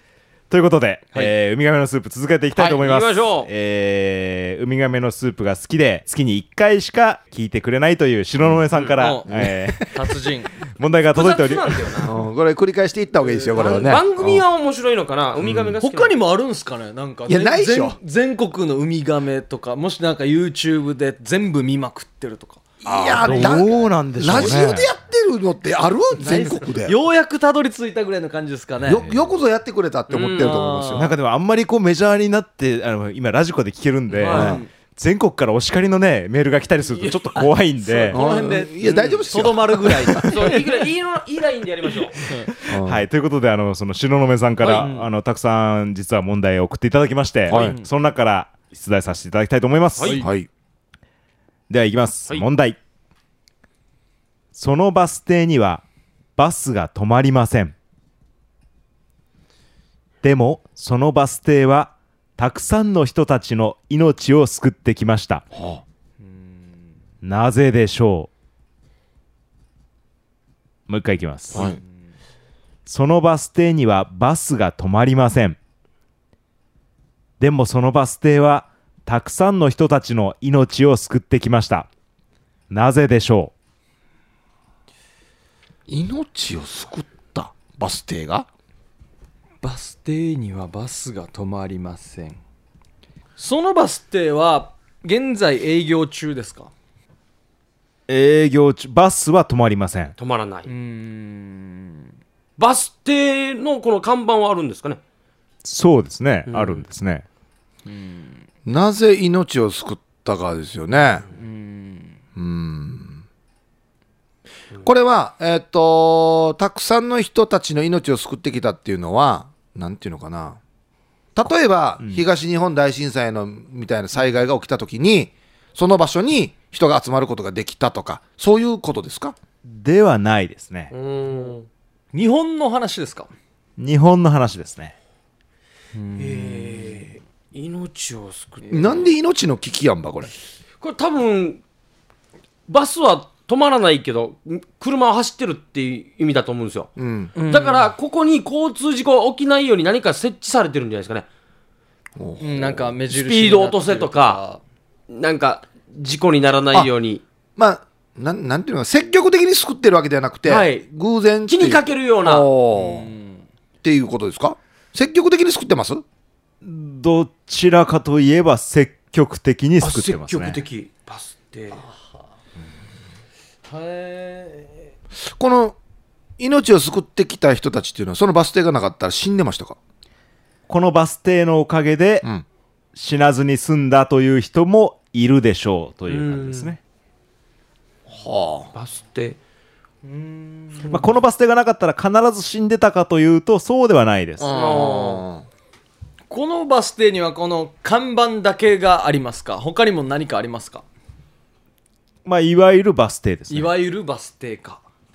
ということで、 はいえーウミガメのスープ続けていきたいと思います、 はい行きましょうえーウミガメのスープが好きで月にいっかいしか聞いてくれないという東雲さんから、 うんうんえー達人問題が届いており複雑なんだよなうんこれ繰り返していった方がいいですよこれはね。 番組は面白いのかな、ウミガメが好きなの他にもあるんすかねなんかいやないでしょ全全国のウミガメとかもしなんか YouTube で全部見まくってるとかいやどだうなんでしょうねラジオでやってるのってある全国で。よようやくたどり着いたぐらいの感じですかねよくぞやってくれたって思ってると思いますよ。 なんかでもあんまりこうメジャーになってあの今ラジコで聞けるんで、 はい全国からお叱りのねメールが来たりするとちょっと怖いんでこの辺でいや大丈夫ですよとどまるぐらいそういいぐらいいいのいいラインでやりましょう。 はい、ということであのその東雲さんから、あのたくさん実は問題を送っていただきまして、 はいその中から出題させていただきたいと思います、 はいはい。 ではいきます、 はい問題。そのバス停にはバスが止まりません。でもそのバス停はたくさんの人たちの命を救ってきました。なぜでしょう。もう一回いきます、 はいそのバス停にはバスが止まりません。でもそのバス停はたくさんの人たちの命を救ってきました。なぜでしょ命を救ったバス停がバス停にはバスが止まりません。そのバス停は現在営業中ですか？ う。営業中、バスは止まりません。 止まらない。 うーんバス停のこの看板はあるんですかね。 そうですね、あるんですね。 なぜ命を救ったかですよね。これは、えっとたくさんの人たちの命を救ってきたっていうのはなんていうのかな、例えば、東日本大震災のみたいな災害が起きた時にその場所に人が集まることができたとかそういうことですか？ ではないですねう。ーん。 日本の話ですか？ 日本の話ですね。 えー、命を救って。 なんで命の危機やんばこれ。 これ多分バスは止まらないけど車は走ってるっていう意味だと思うんですよ。 うんだからここに交通事故が起きないように何か設置されてるんじゃないですかね。 うんなんか目印スピード落とせとかなんか事故にならないようにまあなん、なんていうのか積極的に救ってるわけではなくて、 はい偶然気にかけるような。 おーっていうことですか？積極的に救ってます？ どちらかといえば積極的に救ってますね。 積極的バス停。 へこの命を救ってきた人たちっていうのはそのバス停がなかったら死んでましたか？ このバス停のおかげでうん死なずに済んだという人もいるでしょうという感じですね。 バス停。 まあ、このバス停がなかったら必ず死んでたかというとそうではないです。 あこのバス停にはこの看板だけがありますか？他にも何かありますか？ まあ、いわゆるバス停ですね。 いわゆるバス停か。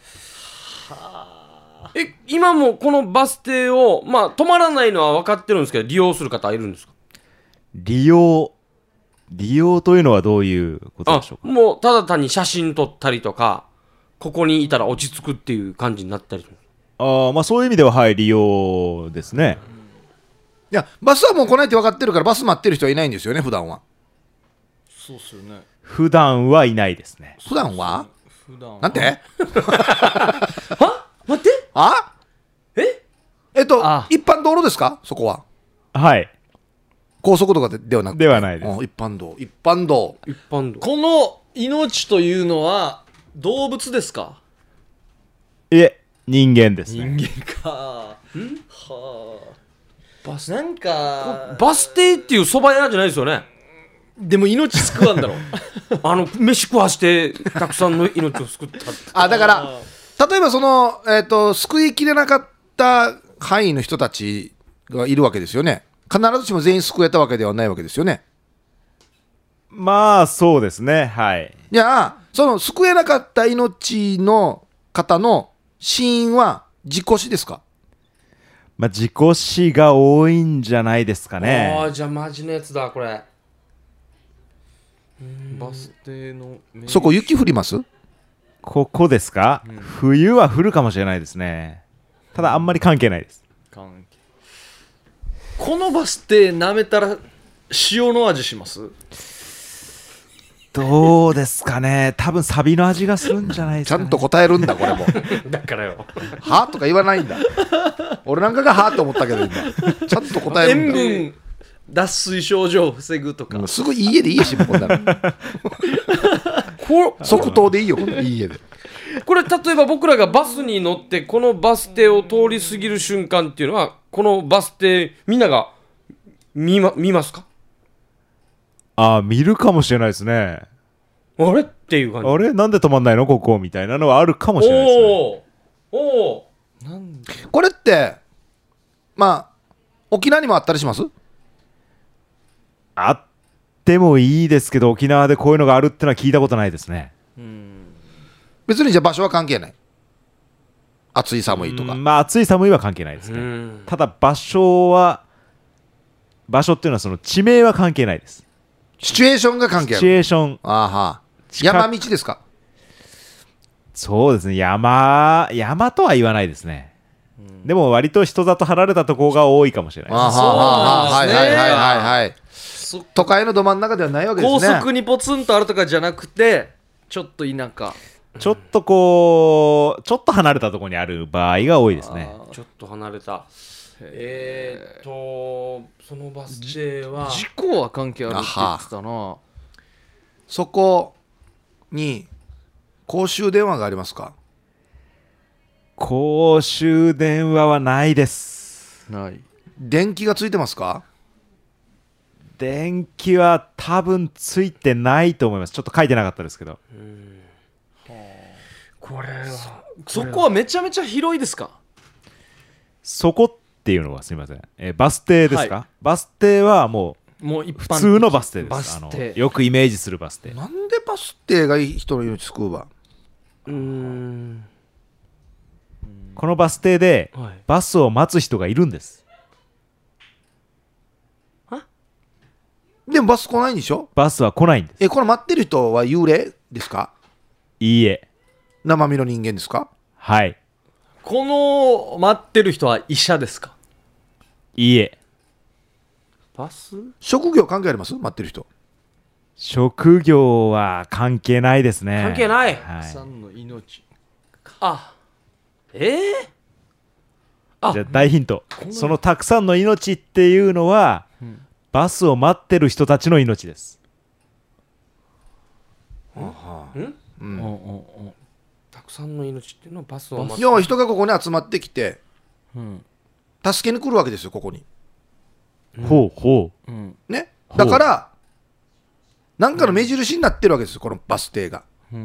え今もこのバス停をまあ止まらないのは分かってるんですけど利用する方はいるんですか？ 利用利用というのはどういうことあでしょうか。 もうただ単に写真撮ったりとかここにいたら落ち着くっていう感じになったりする。 あー、まあ、そういう意味でははい利用ですね。 いやバスはもう来ないって分かってるからバス待ってる人はいないんですよね普段は。 そうっすよね。 普段はいないですね。 普段は普段はなんては待ってあええっとあ一般道路ですかそこは？ はい。 高速とかでではなくてではないですうん一般道一般道一般道。 この命というのは動物ですか？ いえ人間ですね。 人間か。はあ。 バスなんかバス停っていう蕎麦屋じゃないですよね。 でも命救わんだろ。 あの飯食わしてたくさんの命を救ったって。 あだから例えばその、えー、と救いきれなかった範囲の人たちがいるわけですよね。必ずしも全員救えたわけではないわけですよね。 まあそうですね。はい。 じゃあその救えなかった命の方の死因は事故死ですか？ まあ、事故死が多いんじゃないですかあね。 あじゃあマジのやつだこれ。 バス停のそこ雪降ります？ ここですか、冬は降るかもしれないですね。ただあんまり関係ないです。 関係このバス停舐めたら塩の味します？ どうですかね。多分サビの味がするんじゃないですか、ね、 ちゃんと答えるんだこれもだからよはとか言わないんだ。俺なんかがはと思ったけど今ちゃんと答えるん塩だ。 分脱水症状を防ぐとか、 もうすぐいい家でいいしもこんなのこ即答でいいよこんないい家で。 これ例えば僕らがバスに乗ってこのバス停を通り過ぎる瞬間っていうのはこのバス停みんなが見ま、見ますか？ ああ、見るかもしれないですね。 あれっていう感じ。 あれなんで止まんないのここみたいなのはあるかもしれないですね。 おーおこれってまあ沖縄にもあったりします？ あってもいいですけど、沖縄でこういうのがあるってのは聞いたことないですね。 別にじゃあ場所は関係ない。暑い寒いとか。 うんまあ暑い寒いは関係ないですね。 ーうんただ場所は場所っていうのはその地名は関係ないです。 シチュエーションが関係あシチュる。 エーション、 あーは近く山道ですか？ そうですね。山山とは言わないですね。でも割と人里離れたところが多いかもしれないです。 あーはーはーはーそうなんですねはいはいはいはいはい。 そ都会のど真ん中ではないわけです高ね。 速にポツンとあるとかじゃなくてちょっと田舎。 ちょっとこうちょっと離れたところにある場合が多いですね。 ちょっと離れたえーっとそのバス停は事故は関係あるって言ってたな。 そこに公衆電話がありますか？ 公衆電話はないです。 ない。 電気がついてますか？ 電気は多分ついてないと思います。ちょっと書いてなかったですけど。 これはそこはめちゃめちゃ広いですか？ そこっていうのはすみません、えーバス停ですか、 はバス停はももう一般う普通のバス停です。 バス停あのよくイメージするバス停。 なんでバス停が人の命救うわ。 うーんこのバス停ではいバスを待つ人がいるんです。 でもバス来ないんでしょ？ バスは来ないんです。 え、この待ってる人は幽霊ですか？ いいえ。 生身の人間ですか？ はい。 この待ってる人は医者ですか？ いいえ。 バス職業関係あります？待ってる人。 職業は関係ないですね。 関係ないはいさんの命。 あえー、あじゃあ大ヒント。そのたくさんの命っていうのは、バスを待ってる人たちの命です。 うんうんうんたくさんの命っていうのはバスを待つ要は人がここに集まってきてうん助けに来るわけですよ、ここに。 ほうほう。 うんね。だからなんかの目印になってるわけですよ、このバス停が。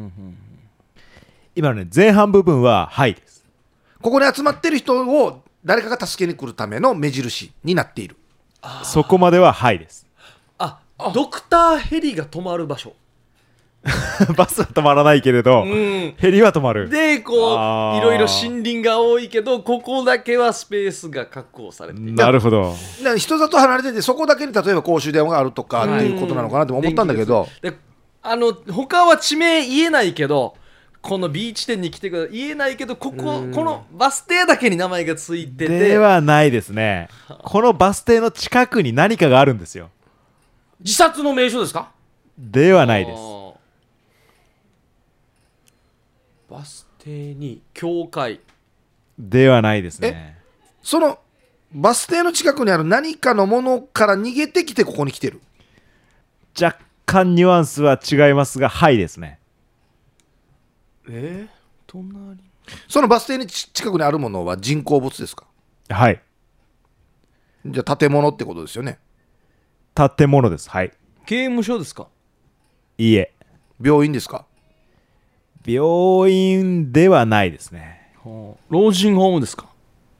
今のね、前半部分ははいです。 ここに集まってる人を誰かが助けに来るための目印になっている。 そこまでははいです。 あ、ドクターヘリが止まる場所。 バスは止まらないけれど、 うんヘリは止まる。 でこあーういろいろ森林が多いけどここだけはスペースが確保されている。 なるほど。 だから人里離れててそこだけに例えば公衆電話があるとかっていうことなのかなって思ったんだけど、 であの他は地名言えないけどこの B 地点に来てください言えないけどこここのバス停だけに名前がついててではないですね。このバス停の近くに何かがあるんですよ。 自殺の名所ですか？ ではないです。 あーバス停に教会。 ではないですね。 そのバス停の近くにある何かのものから逃げてきてここに来てる。 若干ニュアンスは違いますが、はいですね。 えー、隣そのバス停にち近くにあるものは人工物ですか？ はい。 じゃあ建物ってことですよね。 建物です。はい。 刑務所ですか？ いいえ。 病院ですか？ 病院ではないですね。 老人ホームですか？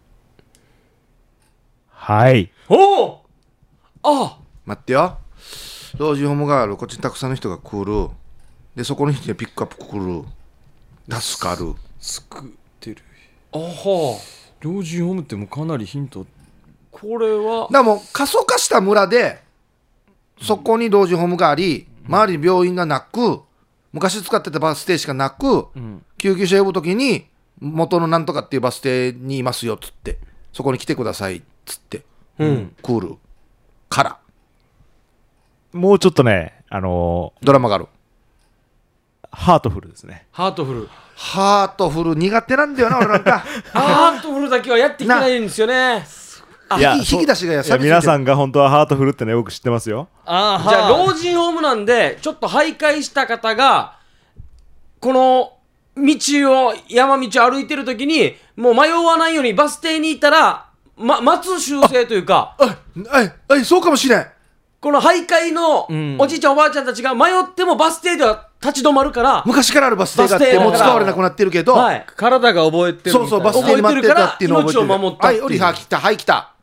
はい。 おおあ待ってよ。老人ホームがある。こっちにたくさんの人が来る。でそこの人にピックアップ来る。助かる。 作ってる。 あは老人ホームってもうかなりヒント。 これはだからもう過疎化した村でそこに老人ホームがあり、周りに病院がなく、昔使ってたバス停しかなく、 うん救急車呼ぶときに元のなんとかっていうバス停にいますよっつって、そこに来てくださいっつってうんクールからもうちょっとね、あのドラマがある。 ーハートフルですね。 ハートフルハートフル苦手なんだよな俺なんかハートフルだけはやってきてないんですよね。 あいや引き引き出しがやいや皆さんがが本当はハートフルってねよく知ってますよ。 あーじゃあは老人ホームなんでちょっと徘徊した方がこの道を山道を歩いてる時にもう迷わないようにバス停にいたら、ま、待つ習性というかあいあいそうかもしれん。 この徘徊のうんおじいちゃんおばあちゃんたちが迷ってもバス停では立ち止まるから、 昔からあるバス停があっバス停だからてもう使われなくなってるけど、 はい、 体が覚えてるみたいな。 そうそうバス停に待ってたっていうのを覚えてる。 覚えてるから命を守ったっていうはいオリハー来たはい来た。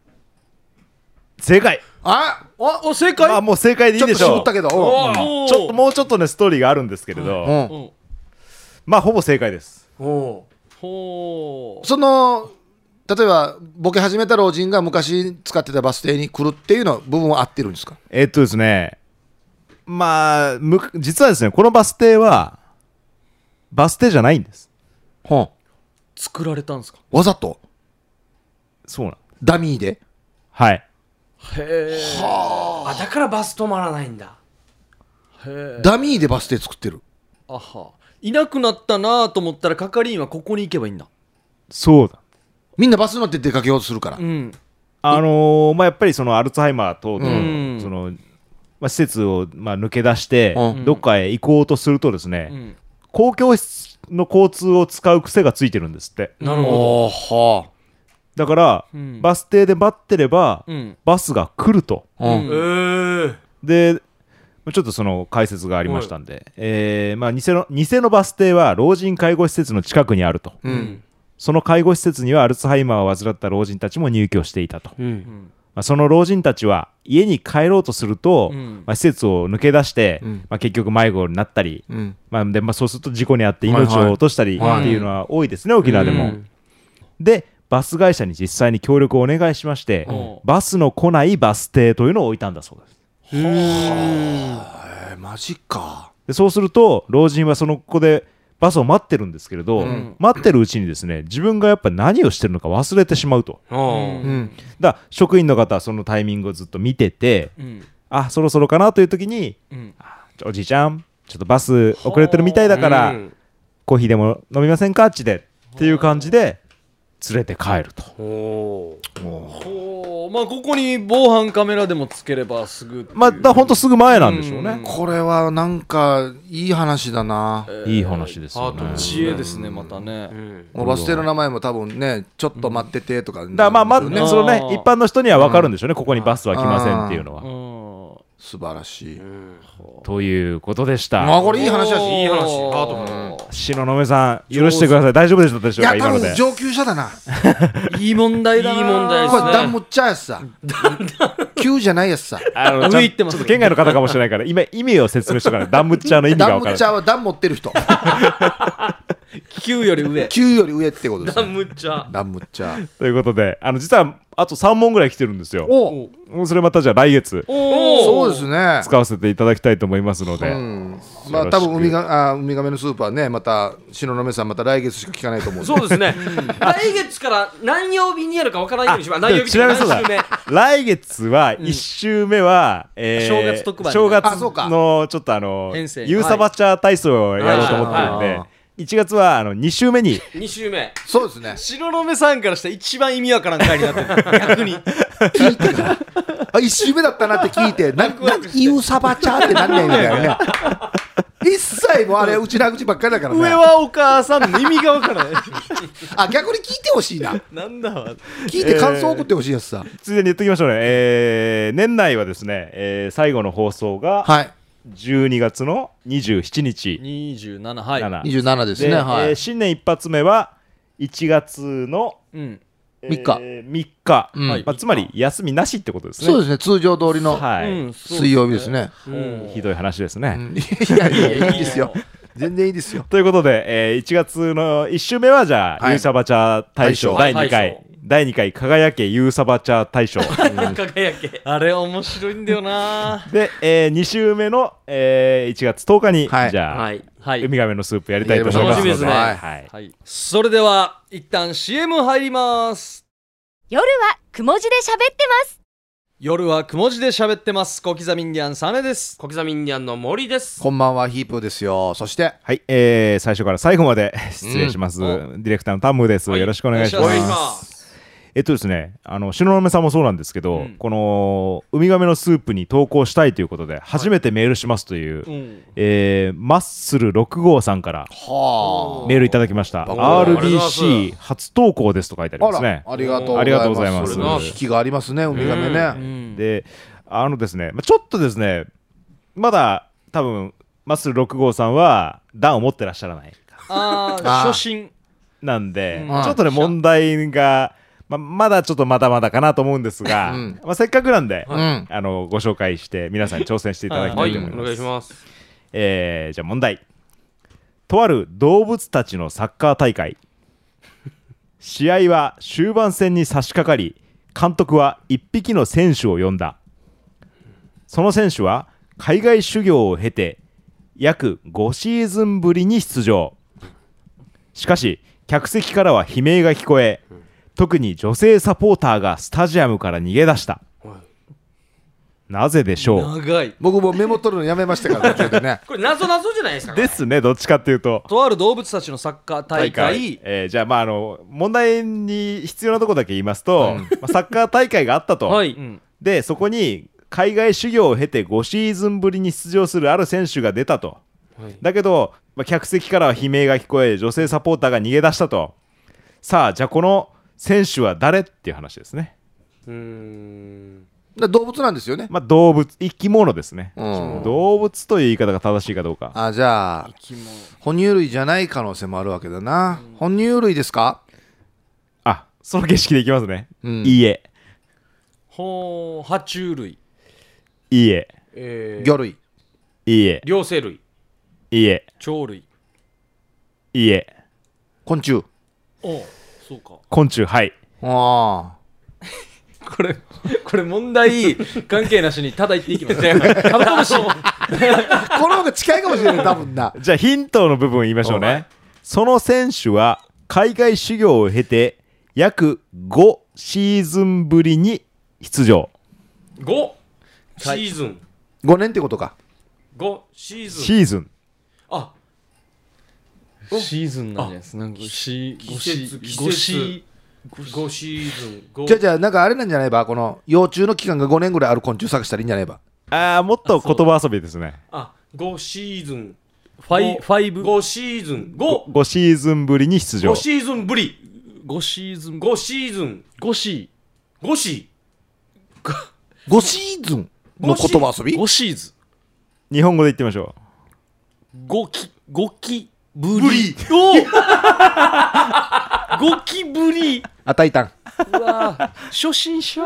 正解。 ああお正解、 まあもう正解でいちょっといでしょう。 絞ったけどうんおーちょっともうちょっとねストーリーがあるんですけれど、 うんうんまあほぼ正解です。 おほうその例えばボケ始めた老人が昔使ってたバス停に来るっていうの部分は合ってるんですか。 えっとですね、まあむ実はですねこのバス停はバス停じゃないんです。 ほん作られたんですか。 わざとそうなん。 ダミーではい。 へえあだからバス止まらないんだ。 へえダミーでバス停作ってる。 あはいなくなったなと思ったら係員はここに行けばいいんだ。 そうだ。 みんなバス乗って出かけようとするから、 うんあのーまあやっぱりそのアルツハイマー等々、 うんそのまあ、施設をまあ抜け出して、 うんどっかへ行こうとするとですね、 うん公共の交通を使う癖がついてるんですって。 なるほおーはだから、 うんバス停で待ってれば、 ど。うんバスが来ると。 あ、うんうんえー、 でちょっとその解説がありましたんで、えーまあ、偽の偽のバス停は老人介護施設の近くにあると。 うんその介護施設にはアルツハイマーを患った老人たちも入居していたと。 うんうんまあ、その老人たちは家に帰ろうとすると、 うんまあ、施設を抜け出して、 うんまあ、結局迷子になったり、 うんまあでまあ、そうすると事故に遭って命はいはいを落としたりっていうのは多いですね、沖縄でも。 うんでバス会社に実際に協力をお願いしまして、 うんバスの来ないバス停というのを置いたんだそうです。 えー、マジか。 でそうすると老人はそのここでバスを待ってるんですけれど、 ん待ってるうちにですね自分がやっぱ何をしてるのか忘れてしまうと。 あうーうんだから職員の方はそのタイミングをずっと見てて、 うんあそろそろかなという時にうんちょおじいちゃんちょっとバス遅れてるみたいだから、 うんコーヒーでも飲みませんかあっちでっていう感じで連れて帰ると。 おーほうまあここに防犯カメラでもつければすぐっていうまあだほんとすぐ前なんでしょうね。 これはなんかいい話だな。 いい話ですよね。 ハートの知恵ですねまたね。 うんもうバス停の名前も多分ねちょっと待っててとか、 だからまあまあ、 ねあーそのね一般の人には分かるんでしょうね、ここにバスは来ませんっていうのは。 うん素晴らしい。 ということでした。 まあこれいい話だし。 いい話ハートフル東雲さん許してください。大丈夫でしたでしょうかいや多今ので分。上級者だな。 いい問題だないい問題ですねこれダンムッチャーやつさ。急じゃないやつさ。 あのちゃん上行ってますちょっと県外の方かもしれないから今意味を説明してからダンムッチャーの意味がダンムッチャ分からない。 ーはダン持ってる人。 きゅうより上。 急より上ってことですダね。 ムチャダンムッチャー。 ということであの実はあとさん問ぐらい来てるんですよ。 おもうそれまたじゃあ来月おそうですね。 使わせていただきたいと思いますので、 うん、まあ多分ウミガあウミガメのスープはねまた東雲さんまた来月しか聞かないと思うんでそうですね来月から何曜日にやるかわからないようにします。何曜日ちなみにそうだ何週目来月はいち週目は、えー正月特番正月あそうかのちょっとあの編成ユーサバチャー体操をやろうと思ってるんで、 はいいちがつはあのに週目にに週目そうですね白目さんからしたら一番意味わからん回になってる逆に聞いてからあ一周目だったなって聞いてななユーサバチャーってなんねんみたいなね一切もうあれうちな口ばっかりだからね上はお母さんの意味がわからないあ逆に聞いてほしいななんだわ聞いて感想を送ってほしいやつさ、 ついでに言っておきましょうね、えー年内はですね、えー最後の放送がはいじゅうにがつのにじゅうしちにち、 にじゅうななはいななにじゅうななですでねはい、 えー新年一発目はいちがつのうんみっかえーみっか、 うんはいまあ、つまり休みなしってことですね。 そうですね通常通りのはい、 うんそう水曜日ですね、 うんひどい話ですね。 うんいやいやいやいいですよ全然いいですよということで、えーいちがつのいち週目はじゃあ、 はいユーサバチャー大賞大賞だいにかい、 大だいにかい輝けユーサバチャー大賞輝けあれ面白いんだよなで、えーに週目の、えーいちがつとおかに、 はいじゃあ、 はいはいウミガメのスープやりたいと思いますので、 楽しみですねはいはいそれでは一旦 シーエム 入ります夜はくも字で喋ってます。 夜はくも字で喋ってます。小刻みインディアンサネです。 小刻みインディアンの森です。 こんばんは、ヒープーですよ。そしてはい、えー、最初から最後まで失礼します、 うん、 ディレクターのタムです、はい、よろしくお願いします。 お願いしまますす。 えっとですね、あの東雲さんもそうなんですけど、 うんこのウミガメのスープに投稿したいということで初めてメールしますという、 うんえーマッスルろく号さんからはメールいただきました。 おーアールビーシー 初投稿ですと書いてありあますね。 ありがとうありがとうございますそれね引きがありますね、ウミガメうね。 んで、あのですね、まあちょっとですね、まだ多分マッスルろく号さんは段を持ってらっしゃらないあーあー初心なんで、 うんちょっとね問題が、まあ、まだちょっとまだまだかなと思うんですが、 うんまあ、せっかくなんで、 うんあのご紹介して皆さんに挑戦していただきたはいい、 と思います。 お願いします。 えーじゃあ問題。とある動物たちのサッカー大会。試合は終盤戦に差し掛かり、監督は一匹の選手を呼んだ。その選手は海外修行を経て約ごシーズンぶりに出場。しかし客席からは悲鳴が聞こえ、特に女性サポーターがスタジアムから逃げ出した。なぜでしょう。 長い。 僕もメモ取るのやめましたから途中でね。 これ謎謎じゃないですか。これですね、どっちかっていうと。 とある動物たちのサッカー大会。 えーじゃあまああの問題に必要なところだけ言いますと、まあ、サッカー大会があったと、 はい。 うんでそこに海外修行を経てごシーズンぶりに出場するある選手が出たと。 はいだけど、まあ、客席からは悲鳴が聞こえ、女性サポーターが逃げ出したと。さあじゃあこの選手は誰っていう話ですね。 うーん。 だ動物なんですよね。 まあ動物、生き物ですね、 うん動物という言い方が正しいかどうか。 あじゃあ哺乳類じゃない可能性もあるわけだな。哺乳類ですか？ あ、その景色でいきますね、 うんいいえほう爬虫類。 いいええー、 魚類。 いいえ両生類。 いいえ鳥類。 いいえ昆虫。 おうそうか。 昆虫。はい。 あこれこれ問題関係なしにただ言っていきますね。カブトムシ。 あこの方が近いかもしれない多分な。 じゃあヒントの部分言いましょうはいね。その選手は海外修行を経て約ごシーズンぶりに出場。 ごシーズン。 ごねんってことか。 ごシーズン。 シーズン。 あ、 シーズンなんじゃないですか。なんかシ季ゴシ節季節ゴシごシーズン。ごじゃあじゃあなんかあれなんじゃないば、この幼虫の期間がごねんぐらいある昆虫探したらいいんじゃないば。 ああ、もっと言葉遊びですね。 あ、ごシーズン。 ファイファイブごシーズン。ごごシーズンぶりに出場ご。シーズンぶり。 ゴシーズンごシーズン。 ゴシごシごシーズンの言葉遊び。 ゴシーズ日本語で言ってみましょゴキゴキブリ。おゴキブリ。 あたいたん。 うわ初心者。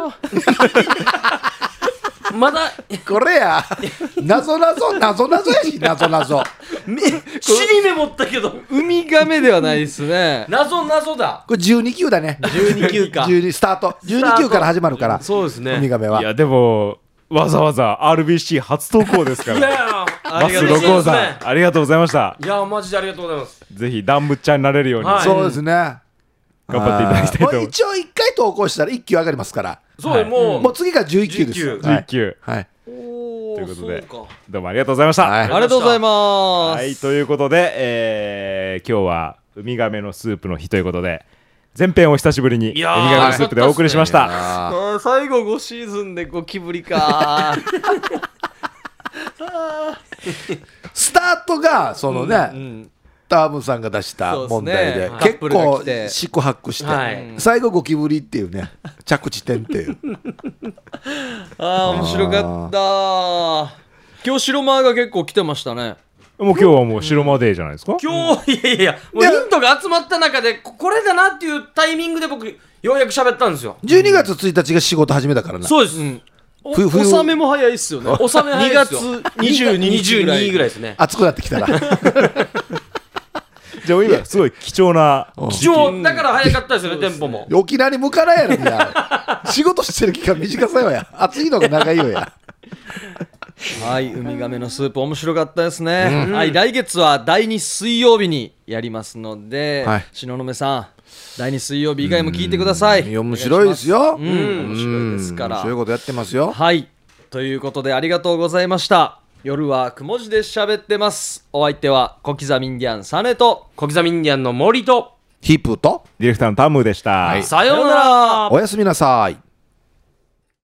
まだこれや。謎謎謎謎やし、謎謎。 め尻メモったけどウミガメではないですね。 謎謎だ。 これじゅうに級だね。 じゅうに級か。 じゅうにスタート。じゅうに級から始まるから。 そうですね。 ウミガメは。 う。いやでもわざわざ アールビーシー 初投稿ですかいやいら。 やマスロコウさん、ありがとうございました。 いやマジでありがとうございます。 ぜひダンブッチャーになれるようにはいそうですね。 頑張っていただきたいと思います。 もう一応いっかい投稿したらいっ級上がりますから。 そう、 はいもう、 もう次がじゅういち級です。 じゅういち級はいじゅういち級はい。 おということでそうかどうもありがとうございました。 はいありがとうございます。 はい、ということで、えー今日はウミガメのスープの日ということで、前編を久しぶりにウミいやーガメのスープでお送りしました。 あーあー最後ごシーズンでゴキブリか。 スタートがそのね、 うんタームさんが出した問題で、 そうですね結構カップルが来て四苦八苦して、 はい最後ゴキブリっていうね着地点っていうああ面白かった。今日白間が結構来てましたね。 もう今日はもう白マデーじゃないですか。 今日、いやいやいや、もうヒントが集まった中で、ここれだなっていうタイミングで僕、ようやく喋ったんですよ。 じゅうにがつついたちが仕事始めたからな。 そうです。 うん。お冬冬納めも早いっすよね。 納め早い 2 っすよ月にじゅうににちぐらい。 にじゅうにぐらいですね。 暑くなってきたらじゃあ今すごい貴重な貴重だから早かったですよね、テンポも。 沖縄に向かないやろみんな仕事してる期間短さよや暑いのが長いよやはい、ウミガメのスープ面白かったですね、はい、来月はだいに水曜日にやりますので、 はい東雲さんだいに水曜日以外も聞いてください。 いや面白いですよ。 うん面白いですから。 そういうことやってますよ。 はいということでありがとうございました。夜はくも字で喋ってます。お相手は小刻みインディアンサネと小刻みインディアンの森とヒープーとディレクターのタムでした、 はいさようなら。 おやすみなさい。